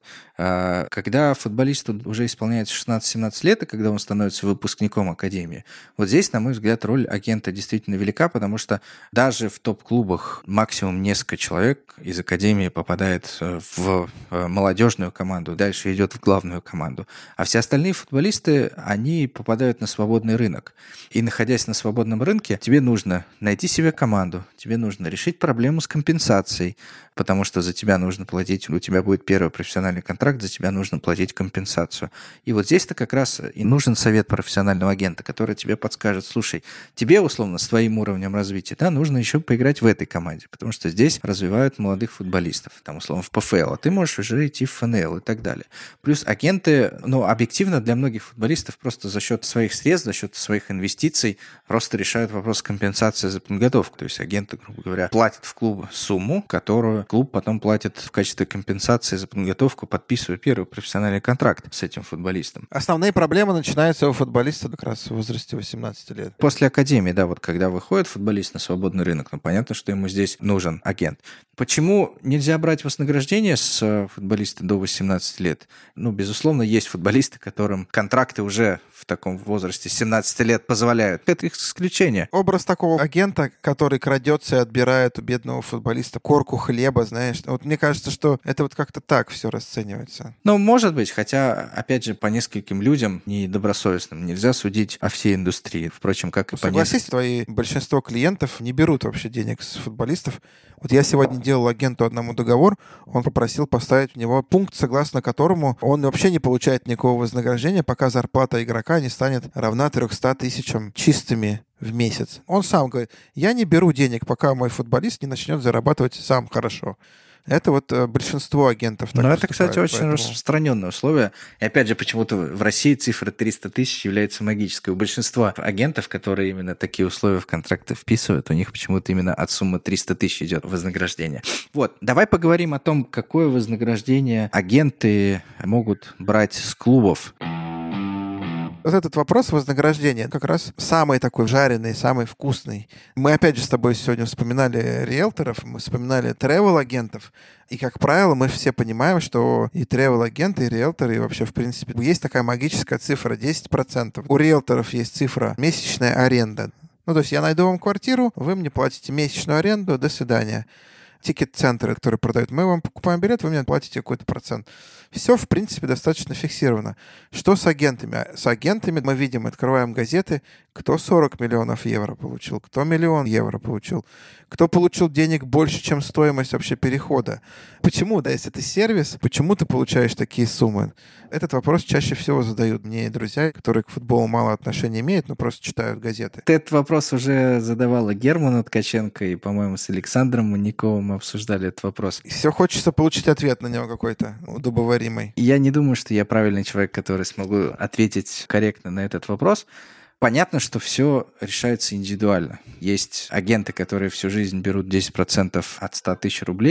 Когда футболисту уже исполняется шестнадцать-семнадцать лет, и когда он становится выпускником академии, вот здесь, на мой взгляд, роль агента действительно велика, потому что даже в топ-клубах максимум несколько человек из академии попадает в молодежную команду, дальше идет в главную команду. А все остальные футболисты, они попадают на свободный рынок. И находясь на свободном рынке, тебе нужно найти себе команду, тебе нужно решить проблему с компенсацией, потому что за тебя нужно платить, у тебя будет первый профессиональный контракт, за тебя нужно платить компенсацию. И вот здесь-то как раз и нужен совет профессионального агента, который тебе подскажет: слушай, тебе, условно, с твоим уровнем развития, да, нужно еще поиграть в этой команде, потому что здесь развивают молодых футболистов, там, условно, в ПФЛ, а ты можешь уже идти в ФНЛ и так далее. Плюс агенты, ну, объективно для многих футболистов просто за счет своих средств, за счет своих инвестиций просто решают вопрос компенсации за подготовку. То есть агенты, грубо говоря, платят в клуб сумму, которую клуб потом платит в качестве компенсации за подготовку, подписывая первый профессиональный контракт с этим футболистом. Основные проблемы начинаются у футболиста как раз в возрасте восемнадцати лет. После академии, да, вот когда выходит футболист на свободный рынок, ну, понятно, что ему здесь нужен агент. Почему нельзя брать вознаграждение с футболиста до восемнадцати лет? Ну, безусловно, есть футболисты, которым контракты уже в таком возрасте семнадцати лет позволяют. Это исключение. Образ такого агента, который крадется и отбирает у бедного футболиста корку хлеба, знаешь. Вот мне кажется, что это вот как-то так все расценивается. Ну, может быть, хотя, опять же, по нескольким людям недобросовестным нельзя судить о всей индустрии. Впрочем, как и по Согласись, нескольким. твои большинство клиентов не берут вообще денег с футболистов. Вот я сегодня делал агенту одному договор, он попросил поставить в него пункт, согласно которому он вообще не получает никакого вознаграждения, пока зарплата игрока не станет равна трёмстам тысячам чистыми в месяц. Он сам говорит: я не беру денег, пока мой футболист не начнет зарабатывать сам хорошо. Это вот э, большинство агентов так Ну, это, кстати, поступает, очень поэтому... распространенное условие. И опять же, почему-то в России цифра триста тысяч является магической. У большинства агентов, которые именно такие условия в контракты вписывают, у них почему-то именно от суммы триста тысяч идет вознаграждение. Вот, давай поговорим о том, какое вознаграждение агенты могут брать с клубов. Вот этот вопрос вознаграждения как раз самый такой жареный, самый вкусный. Мы опять же с тобой сегодня вспоминали риэлторов, мы вспоминали тревел-агентов. И, как правило, мы все понимаем, что и тревел-агенты, и риэлторы, и вообще, в принципе, есть такая магическая цифра десять процентов. У риэлторов есть цифра месячная аренда. Ну, то есть я найду вам квартиру, вы мне платите месячную аренду, до свидания. Тикет-центры, которые продают, мы вам покупаем билет, вы мне платите какой-то процент. Все, в принципе, достаточно фиксировано. Что с агентами? С агентами мы видим, открываем газеты, кто сорок миллионов евро получил, кто миллион евро получил, кто получил денег больше, чем стоимость вообще перехода. Почему, да, если это сервис, почему ты получаешь такие суммы? Этот вопрос чаще всего задают мне и друзья, которые к футболу мало отношения имеют, но просто читают газеты. Этот вопрос уже задавала Германа Ткаченко, и, по-моему, с Александром Маньяковым мы обсуждали этот вопрос. И все хочется получить ответ на него какой-то удобоваримый. Я не думаю, что я правильный человек, который смогу ответить корректно на этот вопрос. Понятно, что все решается индивидуально. Есть агенты, которые всю жизнь берут десять процентов от ста тысяч рублей,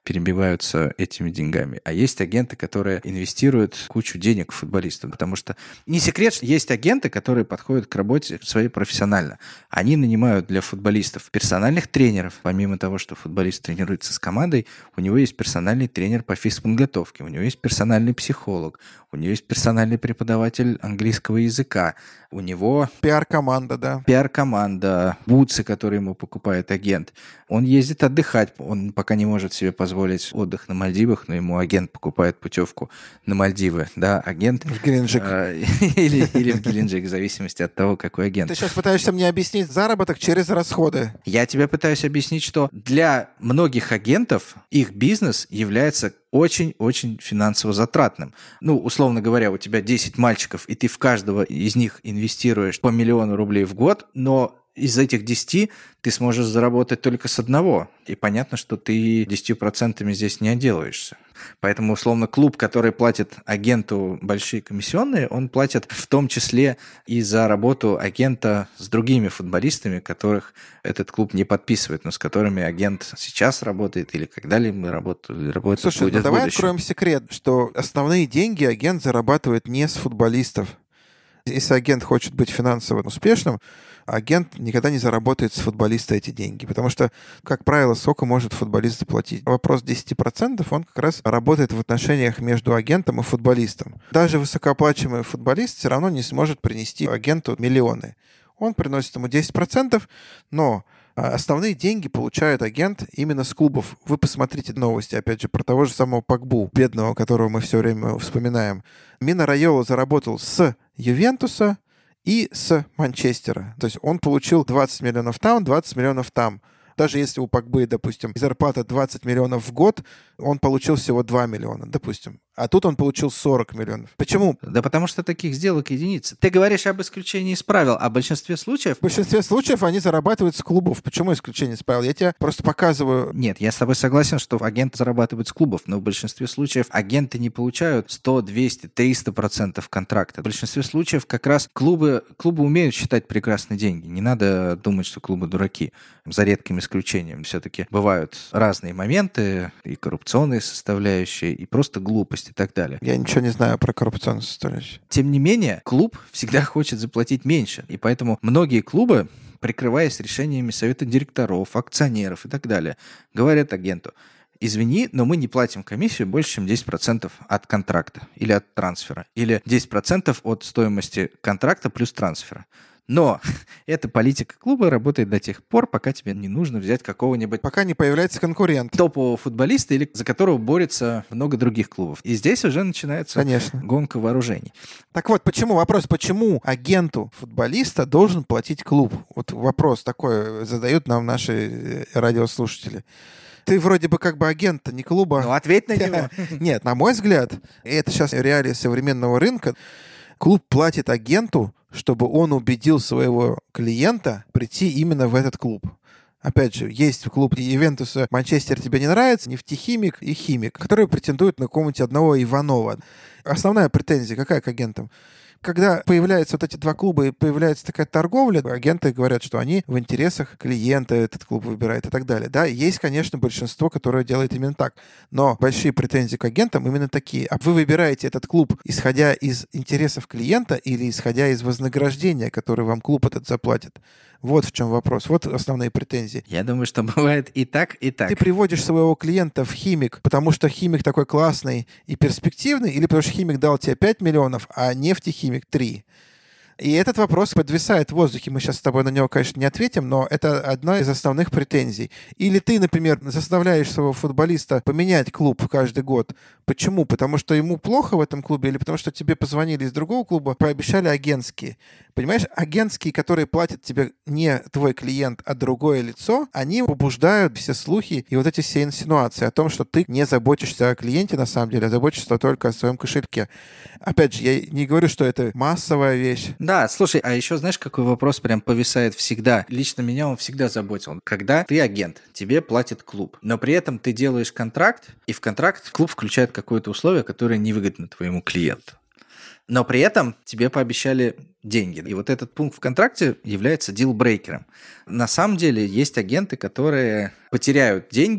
перебиваются этими деньгами. А есть агенты, которые инвестируют кучу денег в футболистов. Потому что не секрет, что есть агенты, которые подходят к работе своей профессионально. Они нанимают для футболистов персональных тренеров. Помимо того, что футболист тренируется с командой, у него есть персональный тренер по физподготовке, у него есть персональный психолог, у него есть персональный преподаватель английского языка, у него... Пиар-команда, да. Пиар-команда, бутсы, которые ему покупает агент. Он ездит отдыхать, он пока не может себе позволить отдых на Мальдивах, но ему агент покупает путевку на Мальдивы, да, агент... В Геленджик. Э, или, или в Геленджик, в зависимости от того, какой агент. Ты сейчас пытаешься мне объяснить заработок через расходы. Я тебе пытаюсь объяснить, что для многих агентов их бизнес является очень-очень финансово затратным. Ну, условно говоря, у тебя десять мальчиков, и ты в каждого из них инвестируешь по миллиону рублей в год, но из этих десяти ты сможешь заработать только с одного. И понятно, что ты десятью процентами здесь не отделаешься. Поэтому, условно, клуб, который платит агенту большие комиссионные, он платит в том числе и за работу агента с другими футболистами, которых этот клуб не подписывает, но с которыми агент сейчас работает или когда-либо работает, работает Слушай, будет ну в давай будущем. откроем секрет, что основные деньги агент зарабатывает не с футболистов. Если агент хочет быть финансово успешным, агент никогда не заработает с футболиста эти деньги, потому что, как правило, сколько может футболист заплатить? Вопрос десять процентов, он как раз работает в отношениях между агентом и футболистом. Даже высокооплачиваемый футболист все равно не сможет принести агенту миллионы. Он приносит ему десять процентов, но основные деньги получает агент именно с клубов. Вы посмотрите новости, опять же, про того же самого Погбу, бедного, которого мы все время вспоминаем. Мина Райола заработал с Ювентуса и с Манчестера. То есть он получил двадцать миллионов там, двадцать миллионов там. Даже если у Погбы, допустим, зарплата двадцать миллионов в год, он получил всего два миллиона, допустим. А тут он получил сорок миллионов. Почему? Да потому что таких сделок единицы. Ты говоришь об исключении из правил, а в большинстве случаев... В большинстве случаев они зарабатывают с клубов. Почему исключение из правил? Я тебе просто показываю... Нет, я с тобой согласен, что агенты зарабатывают с клубов, но в большинстве случаев агенты не получают сто, двести, триста процентов контракта. В большинстве случаев как раз клубы, клубы умеют считать прекрасные деньги. Не надо думать, что клубы дураки. За редким исключением. Все-таки бывают разные моменты, и коррупционные составляющие, и просто глупость, и так далее. Я ничего не знаю про коррупционную составляющую. Тем не менее, клуб всегда хочет заплатить меньше, и поэтому многие клубы, прикрываясь решениями совета директоров, акционеров и так далее, говорят агенту: извини, но мы не платим комиссию больше, чем десять процентов от контракта или от трансфера, или десять процентов от стоимости контракта плюс трансфера. Но эта политика клуба работает до тех пор, пока тебе не нужно взять какого-нибудь... Пока не появляется конкурент. Топового футболиста, или за которого борется много других клубов. И здесь уже начинается Конечно. гонка вооружений. Так вот, почему, вопрос, почему агенту футболиста должен платить клуб? Вот вопрос такой задают нам наши радиослушатели. Ты вроде бы как бы агент, не клуба. Ну, ответь на него. Нет, на мой взгляд, это сейчас реалии современного рынка, клуб платит агенту, чтобы он убедил своего клиента прийти именно в этот клуб. Опять же, есть клуб Ювентуса, Манчестер тебе не нравится, нефтехимик и химик, которые претендуют на какого-нибудь одного Иванова. Основная претензия какая к агентам? Когда появляются вот эти два клуба и появляется такая торговля, агенты говорят, что они в интересах клиента этот клуб выбирают и так далее. Да, есть, конечно, большинство, которое делает именно так. Но большие претензии к агентам именно такие. А вы выбираете этот клуб, исходя из интересов клиента или исходя из вознаграждения, которое вам клуб этот заплатит? Вот в чем вопрос. Вот основные претензии. Я думаю, что бывает и так, и так. Ты приводишь своего клиента в химик, потому что химик такой классный и перспективный, или потому что химик дал тебе пять миллионов, а нефтехимик три. И этот вопрос подвисает в воздухе. Мы сейчас с тобой на него, конечно, не ответим, но это одна из основных претензий. Или ты, например, заставляешь своего футболиста поменять клуб каждый год. Почему? Потому что ему плохо в этом клубе или потому что тебе позвонили из другого клуба, пообещали агентские. Понимаешь, агентские, которые платят тебе не твой клиент, а другое лицо, они побуждают все слухи и вот эти все инсинуации о том, что ты не заботишься о клиенте на самом деле, а заботишься только о своем кошельке. Опять же, я не говорю, что это массовая вещь. Да, слушай, а еще знаешь, какой вопрос прям повисает всегда? Лично меня он всегда заботил. Когда ты агент, тебе платит клуб, но при этом ты делаешь контракт, и в контракт клуб включает какое-то условие, которое невыгодно твоему клиенту. Но при этом тебе пообещали деньги. И вот этот пункт в контракте является дилбрейкером. На самом деле есть агенты, которые потеряют деньги,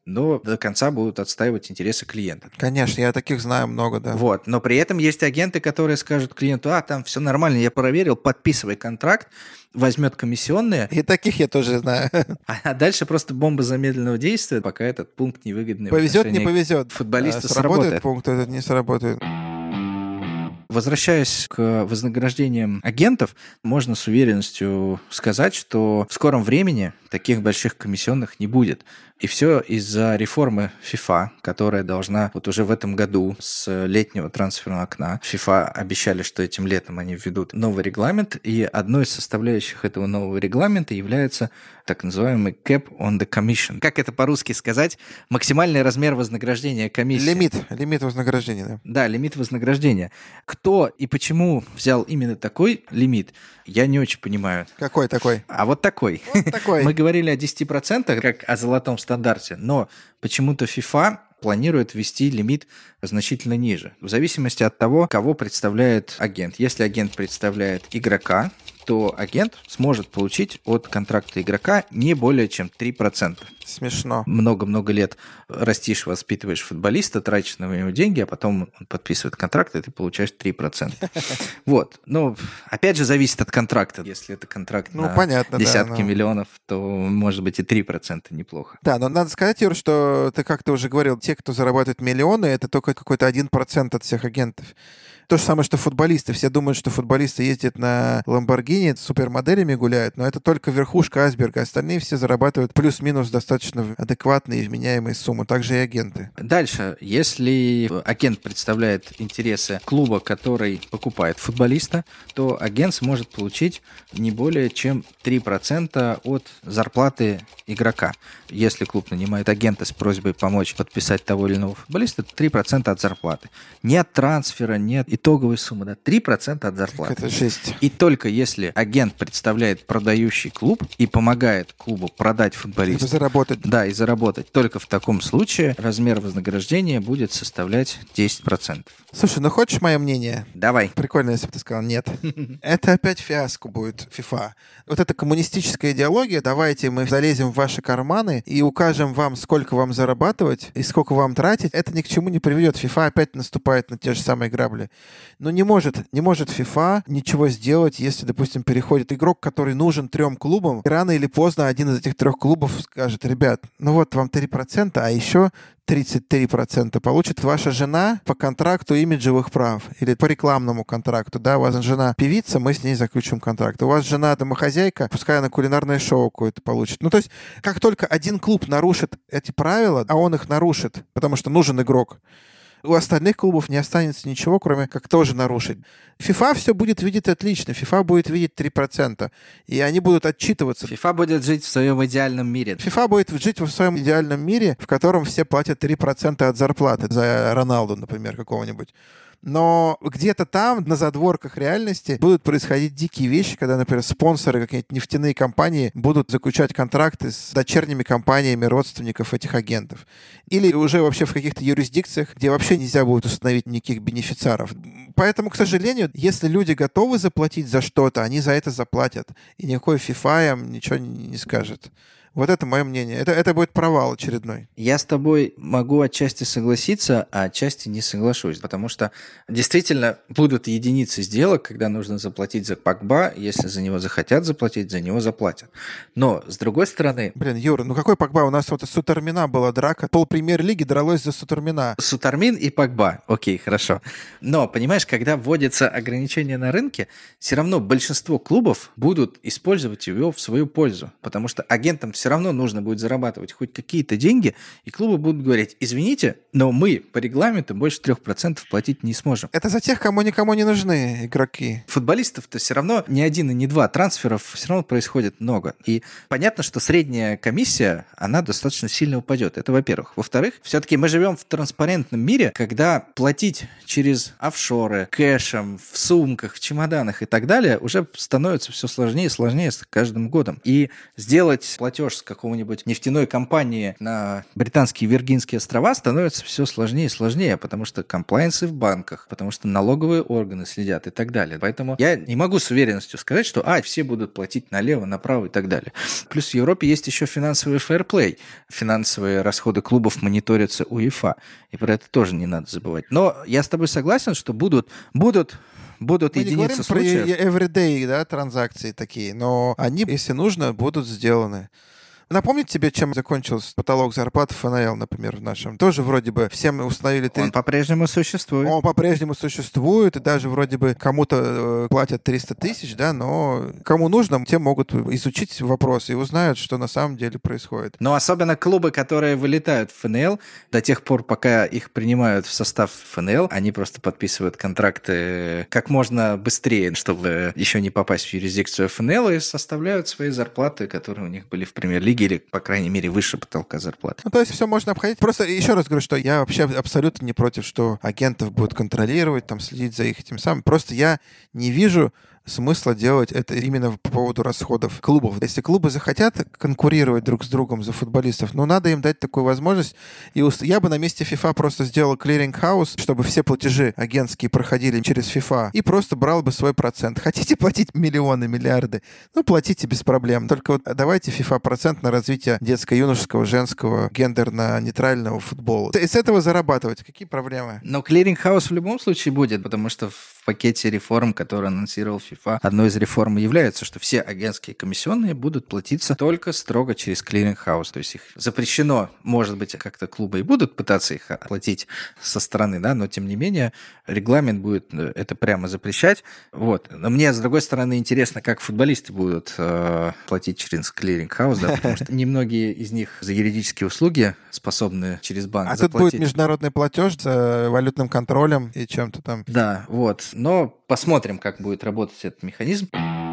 но до конца будут отстаивать интересы клиента. Конечно, я таких знаю много, да. Вот. Но при этом есть агенты, которые скажут клиенту: а, там все нормально, я проверил, подписывай контракт, возьмет комиссионные. И таких я тоже знаю. А дальше просто бомба замедленного действия, пока этот пункт невыгодный. Повезет, не повезет. Футболисту сработает сработает. пункт, этот не сработает. Возвращаясь к вознаграждениям агентов, можно с уверенностью сказать, что в скором времени таких больших комиссионных не будет. И все из-за реформы FIFA, которая должна вот уже в этом году с летнего трансферного окна. FIFA обещали, что этим летом они введут новый регламент, и одной из составляющих этого нового регламента является так называемый cap on the commission. Как это по-русски сказать? Максимальный размер вознаграждения комиссии. Лимит, лимит вознаграждения, да. Да, лимит вознаграждения. Кто и почему взял именно такой лимит, я не очень понимаю. Какой такой? А вот такой. Вот такой. Мы говорили о десяти процентах, как о золотом стандарте, но почему-то FIFA планирует ввести лимит значительно ниже, в зависимости от того, кого представляет агент. Если агент представляет игрока, то агент сможет получить от контракта игрока не более чем три процента. Смешно. Много-много лет растишь, воспитываешь футболиста, тратишь на него деньги, а потом он подписывает контракт, и ты получаешь три процента. Вот. Ну, опять же, зависит от контракта. Если это контракт ну, на понятно, десятки да, но... миллионов, то, может быть, и три процента неплохо. Да, но надо сказать, Юр, что ты как-то уже говорил, те, кто зарабатывает миллионы, это только какой-то один процент от всех агентов. То же самое, что футболисты. Все думают, что футболисты ездят на Ламборгини, с супермоделями гуляют, но это только верхушка айсберга. Остальные все зарабатывают плюс-минус достаточно адекватные и вменяемые суммы. Также и агенты. Дальше. Если агент представляет интересы клуба, который покупает футболиста, то агент сможет получить не более чем три процента от зарплаты игрока. Если клуб нанимает агента с просьбой помочь подписать того или иного футболиста, три процента от зарплаты. Не от трансфера, не от итоговой суммы, да, три процента от зарплаты. Это жесть. И только если агент представляет продающий клуб и помогает клубу продать футболиста, и заработать. Да, и заработать, только в таком случае размер вознаграждения будет составлять десять процентов. Слушай, ну хочешь мое мнение? Давай. Прикольно, если бы ты сказал нет. Это опять фиаско будет FIFA. Вот эта коммунистическая идеология, давайте мы залезем в ваши карманы и укажем вам, сколько вам зарабатывать и сколько вам тратить, это ни к чему не приведет. FIFA опять наступает на те же самые грабли. Но не может, не может FIFA ничего сделать, если, допустим, переходит игрок, который нужен трем клубам, и рано или поздно один из этих трех клубов скажет: ребят, ну вот вам три процента, а еще тридцать три процента получит ваша жена по контракту имиджевых прав или по рекламному контракту. Да, у вас жена певица, мы с ней заключим контракт. У вас жена домохозяйка, пускай она кулинарное шоу какое-то получит. Ну, то есть, как только один клуб нарушит эти правила, а он их нарушит, потому что нужен игрок, у остальных клубов не останется ничего, кроме как тоже нарушить. FIFA все будет видеть отлично. FIFA будет видеть три процента. И они будут отчитываться. FIFA будет жить в своем идеальном мире. FIFA будет жить в своем идеальном мире, в котором все платят три процента от зарплаты за Роналду, например, какого-нибудь. Но где-то там, на задворках реальности, будут происходить дикие вещи, когда, например, спонсоры, какие-нибудь нефтяные компании будут заключать контракты с дочерними компаниями родственников этих агентов. Или уже вообще в каких-то юрисдикциях, где вообще нельзя будет установить никаких бенефициаров. Поэтому, к сожалению, если люди готовы заплатить за что-то, они за это заплатят. И никакой FIFA им ничего не скажет. Вот это мое мнение. Это, это будет провал очередной. Я с тобой могу отчасти согласиться, а отчасти не соглашусь, потому что действительно будут единицы сделок, когда нужно заплатить за Погба, если за него захотят заплатить, за него заплатят. Но, с другой стороны... Блин, Юра, ну какой Погба? У нас вот с Сутармина была драка. Пол премьер-лиги дралось за Сутармина. Сутармин и Погба. Окей, хорошо. Но, понимаешь, когда вводятся ограничения на рынке, все равно большинство клубов будут использовать его в свою пользу, потому что агентам все равно нужно будет зарабатывать хоть какие-то деньги, и клубы будут говорить: извините, но мы по регламенту больше трех процентов платить не сможем. Это за тех, кому никому не нужны игроки. Футболистов-то все равно не один и не два, трансферов все равно происходит много. И понятно, что средняя комиссия, она достаточно сильно упадет. Это во-первых. Во-вторых, все-таки мы живем в транспарентном мире, когда платить через офшоры, кэшем, в сумках, в чемоданах и так далее уже становится все сложнее и сложнее с каждым годом. И сделать платеж с какого-нибудь нефтяной компании на британские Виргинские острова, становится все сложнее и сложнее, потому что комплайенсы в банках, потому что налоговые органы следят и так далее. Поэтому я не могу с уверенностью сказать, что а, все будут платить налево, направо и так далее. Плюс в Европе есть еще финансовый фэрплей. Финансовые расходы клубов мониторятся УЕФА. И про это тоже не надо забывать. Но я с тобой согласен, что будут, будут, будут Мы единицы не случаев. говорим про everyday, да, транзакции такие, но они, если нужно, будут сделаны. Напомнить тебе, чем закончился потолок зарплат в эн эл, например, в нашем? Тоже вроде бы всем установили... Он по-прежнему существует. Он по-прежнему существует, и даже вроде бы кому-то э, платят триста тысяч, да, но кому нужно, те могут изучить вопрос и узнают, что на самом деле происходит. Но особенно клубы, которые вылетают в эн эл, до тех пор, пока их принимают в состав эф эн эл, они просто подписывают контракты как можно быстрее, чтобы еще не попасть в юрисдикцию эф эн эл, и составляют свои зарплаты, которые у них были в премьер-лиге, или, по крайней мере, выше потолка зарплаты. Ну, то есть все можно обходить. Просто еще раз говорю, что я вообще абсолютно не против, что агентов будут контролировать, там, следить за их этим самым. Просто я не вижу смысла делать это именно по поводу расходов клубов. Если клубы захотят конкурировать друг с другом за футболистов, ну, надо им дать такую возможность. И я бы на месте FIFA просто сделал клиринг-хаус, чтобы все платежи агентские проходили через FIFA, и просто брал бы свой процент. Хотите платить миллионы, миллиарды? Ну, платите без проблем. Только вот давайте FIFA процент на развитие детско-юношеского, женского, гендерно-нейтрального футбола. И с этого зарабатывать. Какие проблемы? Но клиринг-хаус в любом случае будет, потому что в пакете реформ, который анонсировал FIFA, одной из реформ является, что все агентские комиссионные будут платиться только строго через клиринг-хаус. То есть их запрещено, может быть, как-то клубы и будут пытаться их оплатить со стороны, да, но тем не менее регламент будет это прямо запрещать. Вот. Но мне, с другой стороны, интересно, как футболисты будут э, платить через клиринг-хаус, да, потому что немногие из них за юридические услуги способны через банк а заплатить. А тут будет международный платеж с валютным контролем и чем-то там. Да, вот. Но посмотрим, как будет работать этот механизм.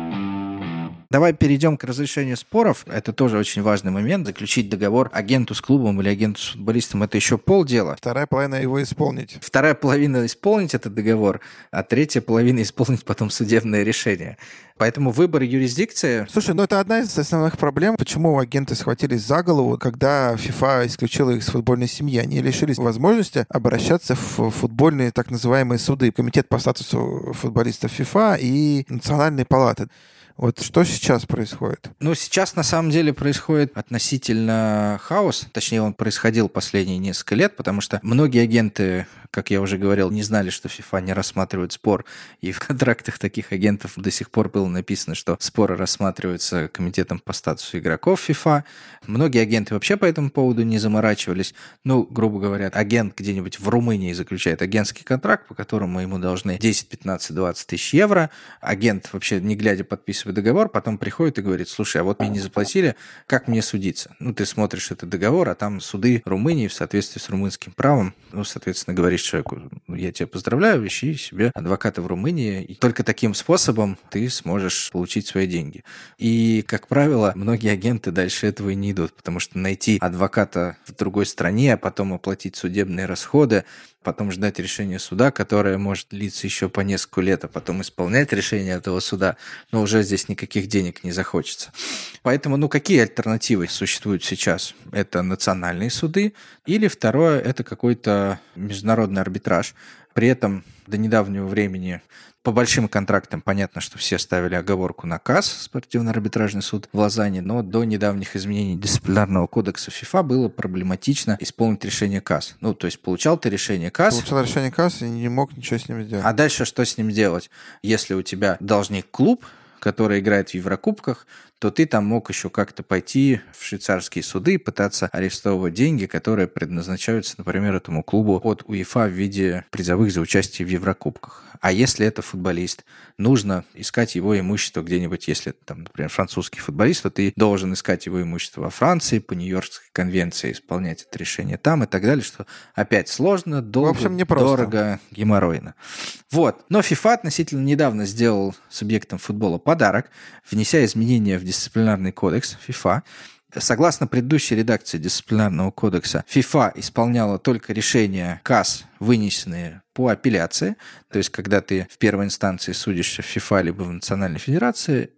Давай перейдем к разрешению споров. Это тоже очень важный момент. Заключить договор агенту с клубом или агенту с футболистом – это еще полдела. Вторая половина его исполнить. Вторая половина исполнить этот договор, а третья половина исполнить потом судебное решение. Поэтому выбор юрисдикции... Слушай, ну это одна из основных проблем. Почему агенты схватились за голову, когда FIFA исключила их из футбольной семьи? Они лишились возможности обращаться в футбольные так называемые суды. Комитет по статусу футболистов FIFA и национальные палаты. Вот что сейчас происходит? Ну, сейчас на самом деле происходит относительно хаос. Точнее, он происходил последние несколько лет, потому что многие агенты, как я уже говорил, не знали, что FIFA не рассматривает спор. И в контрактах таких агентов до сих пор было написано, что споры рассматриваются комитетом по статусу игроков FIFA. Многие агенты вообще по этому поводу не заморачивались. Ну, грубо говоря, агент где-нибудь в Румынии заключает агентский контракт, по которому ему должны десять, пятнадцать, двадцать тысяч евро. Агент вообще не глядя подписывает договор, потом приходит и говорит: слушай, а вот мне не заплатили, как мне судиться? Ну, ты смотришь этот договор, а там суды Румынии в соответствии с румынским правом. Ну, соответственно, говоришь человеку: я тебя поздравляю, ищи себе адвоката в Румынии, и только таким способом ты сможешь получить свои деньги. И, как правило, многие агенты дальше этого и не идут, потому что найти адвоката в другой стране, а потом оплатить судебные расходы, потом ждать решения суда, которое может длиться еще по несколько лет, а потом исполнять решение этого суда, но уже здесь никаких денег не захочется. Поэтому, ну, какие альтернативы существуют сейчас? Это национальные суды, или второе, это какой-то международный арбитраж. При этом до недавнего времени по большим контрактам понятно, что все ставили оговорку на КАС, спортивно-арбитражный суд в Лозанне, но до недавних изменений дисциплинарного кодекса FIFA было проблематично исполнить решение КАС. Ну, то есть получал ты решение КАС. Получал решение КАС и не мог ничего с ним сделать. А дальше что с ним делать? Если у тебя должник клуб, который играет в Еврокубках, то ты там мог еще как-то пойти в швейцарские суды и пытаться арестовывать деньги, которые предназначаются, например, этому клубу от УЕФА в виде призовых за участие в Еврокубках. А если это футболист, нужно искать его имущество где-нибудь. Если это, там, например, французский футболист, то ты должен искать его имущество во Франции, по Нью-Йоркской конвенции, исполнять это решение там и так далее, что опять сложно, долго, в общем, непросто. Дорого, геморройно. Вот. Но FIFA относительно недавно сделал субъектам футбола подарок, внеся изменения в дисциплинарный кодекс FIFA. Согласно предыдущей редакции дисциплинарного кодекса, FIFA исполняла только решения КАС, вынесенные по апелляции. То есть, когда ты в первой инстанции судишься в FIFA либо в Национальной Федерации,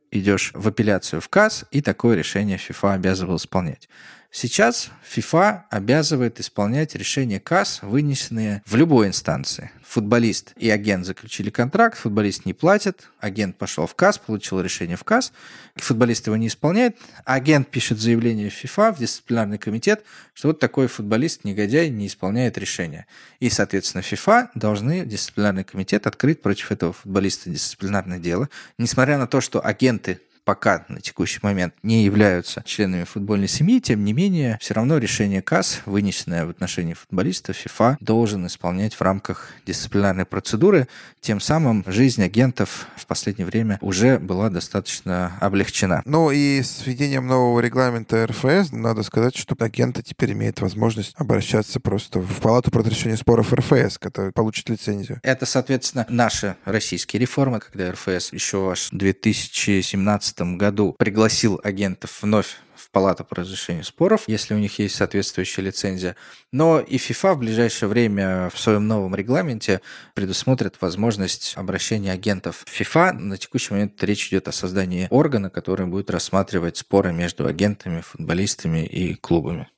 идешь в апелляцию в КАС, и такое решение FIFA обязывал исполнять. Сейчас FIFA обязывает исполнять решения КАС, вынесенные в любой инстанции. Футболист и агент заключили контракт, футболист не платит, агент пошел в КАС, получил решение в КАС, футболист его не исполняет, агент пишет заявление в FIFA, в дисциплинарный комитет, что вот такой футболист, негодяй, не исполняет решение. И, соответственно, FIFA должны дисциплинарный комитет открыть против этого футболиста дисциплинарное дело, несмотря на то, что агенты пока на текущий момент не являются членами футбольной семьи, тем не менее, все равно решение КАС, вынесенное в отношении футболиста, FIFA должен исполнять в рамках дисциплинарной процедуры. Тем самым жизнь агентов в последнее время уже была достаточно облегчена. Ну и с введением нового регламента эр эф эс, надо сказать, что агенты теперь имеют возможность обращаться просто в Палату по разрешению споров эр эф эс, которая получит лицензию. Это, соответственно, наши российские реформы, когда эр эф эс еще аж в две тысячи семнадцатом году пригласил агентов вновь в Палату по разрешению споров, если у них есть соответствующая лицензия. Но и FIFA в ближайшее время в своем новом регламенте предусмотрит возможность обращения агентов в FIFA. На текущий момент речь идет о создании органа, который будет рассматривать споры между агентами, футболистами и клубами.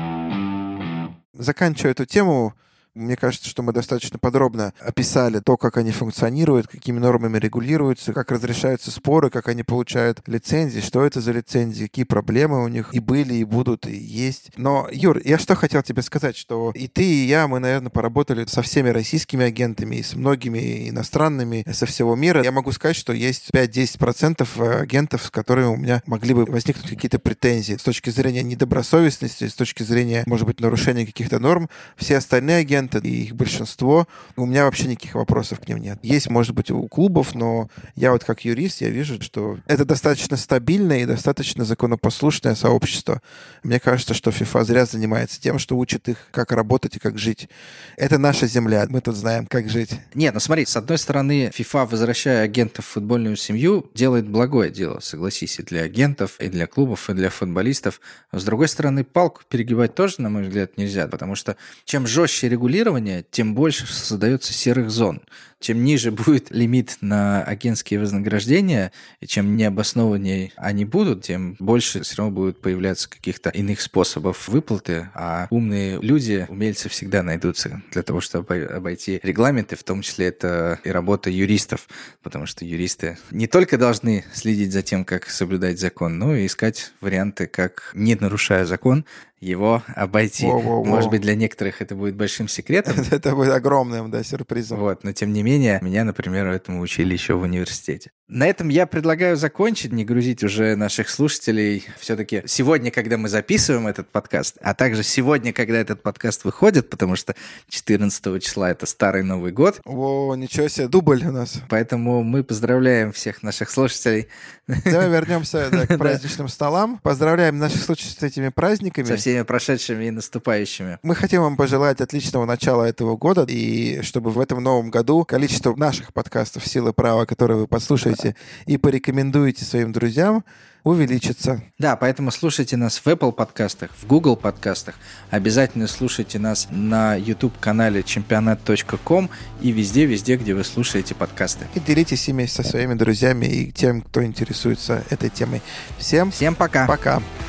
Заканчивая эту тему, мне кажется, что мы достаточно подробно описали то, как они функционируют, какими нормами регулируются, как разрешаются споры, как они получают лицензии, что это за лицензии, какие проблемы у них и были, и будут, и есть. Но, Юр, я что хотел тебе сказать, что и ты, и я, мы, наверное, поработали со всеми российскими агентами, и с многими иностранными со всего мира. Я могу сказать, что есть пять-десять процентов агентов, с которыми у меня могли бы возникнуть какие-то претензии с точки зрения недобросовестности, с точки зрения, может быть, нарушения каких-то норм. Все остальные агенты и их большинство, у меня вообще никаких вопросов к ним нет. Есть, может быть, у клубов, но я вот как юрист, я вижу, что это достаточно стабильное и достаточно законопослушное сообщество. Мне кажется, что FIFA зря занимается тем, что учит их, как работать и как жить. Это наша земля, мы тут знаем, как жить. Нет, ну смотри, с одной стороны, FIFA, возвращая агентов в футбольную семью, делает благое дело, согласись, и для агентов, и для клубов, и для футболистов. С другой стороны, палку перегибать тоже, на мой взгляд, нельзя, потому что чем жестче регулирование, тем больше создается серых зон. Чем ниже будет лимит на агентские вознаграждения, и чем необоснованнее они будут, тем больше все равно будет появляться каких-то иных способов выплаты, а умные люди, умельцы всегда найдутся для того, чтобы обойти регламенты, в том числе это и работа юристов, потому что юристы не только должны следить за тем, как соблюдать закон, но и искать варианты, как, не нарушая закон, его обойти. Во-во-во. Может быть, для некоторых это будет большим секретом. Это будет огромным, да, сюрпризом. Вот, но тем не менее, меня, например, этому учили еще в университете. На этом я предлагаю закончить, не грузить уже наших слушателей. Все-таки сегодня, когда мы записываем этот подкаст, а также сегодня, когда этот подкаст выходит, потому что четырнадцатого числа это Старый Новый год. О, ничего себе, дубль у нас. Поэтому мы поздравляем всех наших слушателей. Давай вернемся да, к праздничным столам. Поздравляем наших слушателей с этими праздниками. Со всеми прошедшими и наступающими. Мы хотим вам пожелать отличного начала этого года, и чтобы в этом новом году количество наших подкастов «Сила права», которые вы послушаете и порекомендуете своим друзьям, увеличится. Да, поэтому слушайте нас в Apple подкастах, в Google подкастах. Обязательно слушайте нас на YouTube-канале чемпионат точка ком и везде-везде, где вы слушаете подкасты. И делитесь ими со своими друзьями и тем, кто интересуется этой темой. Всем, Всем пока! Пока!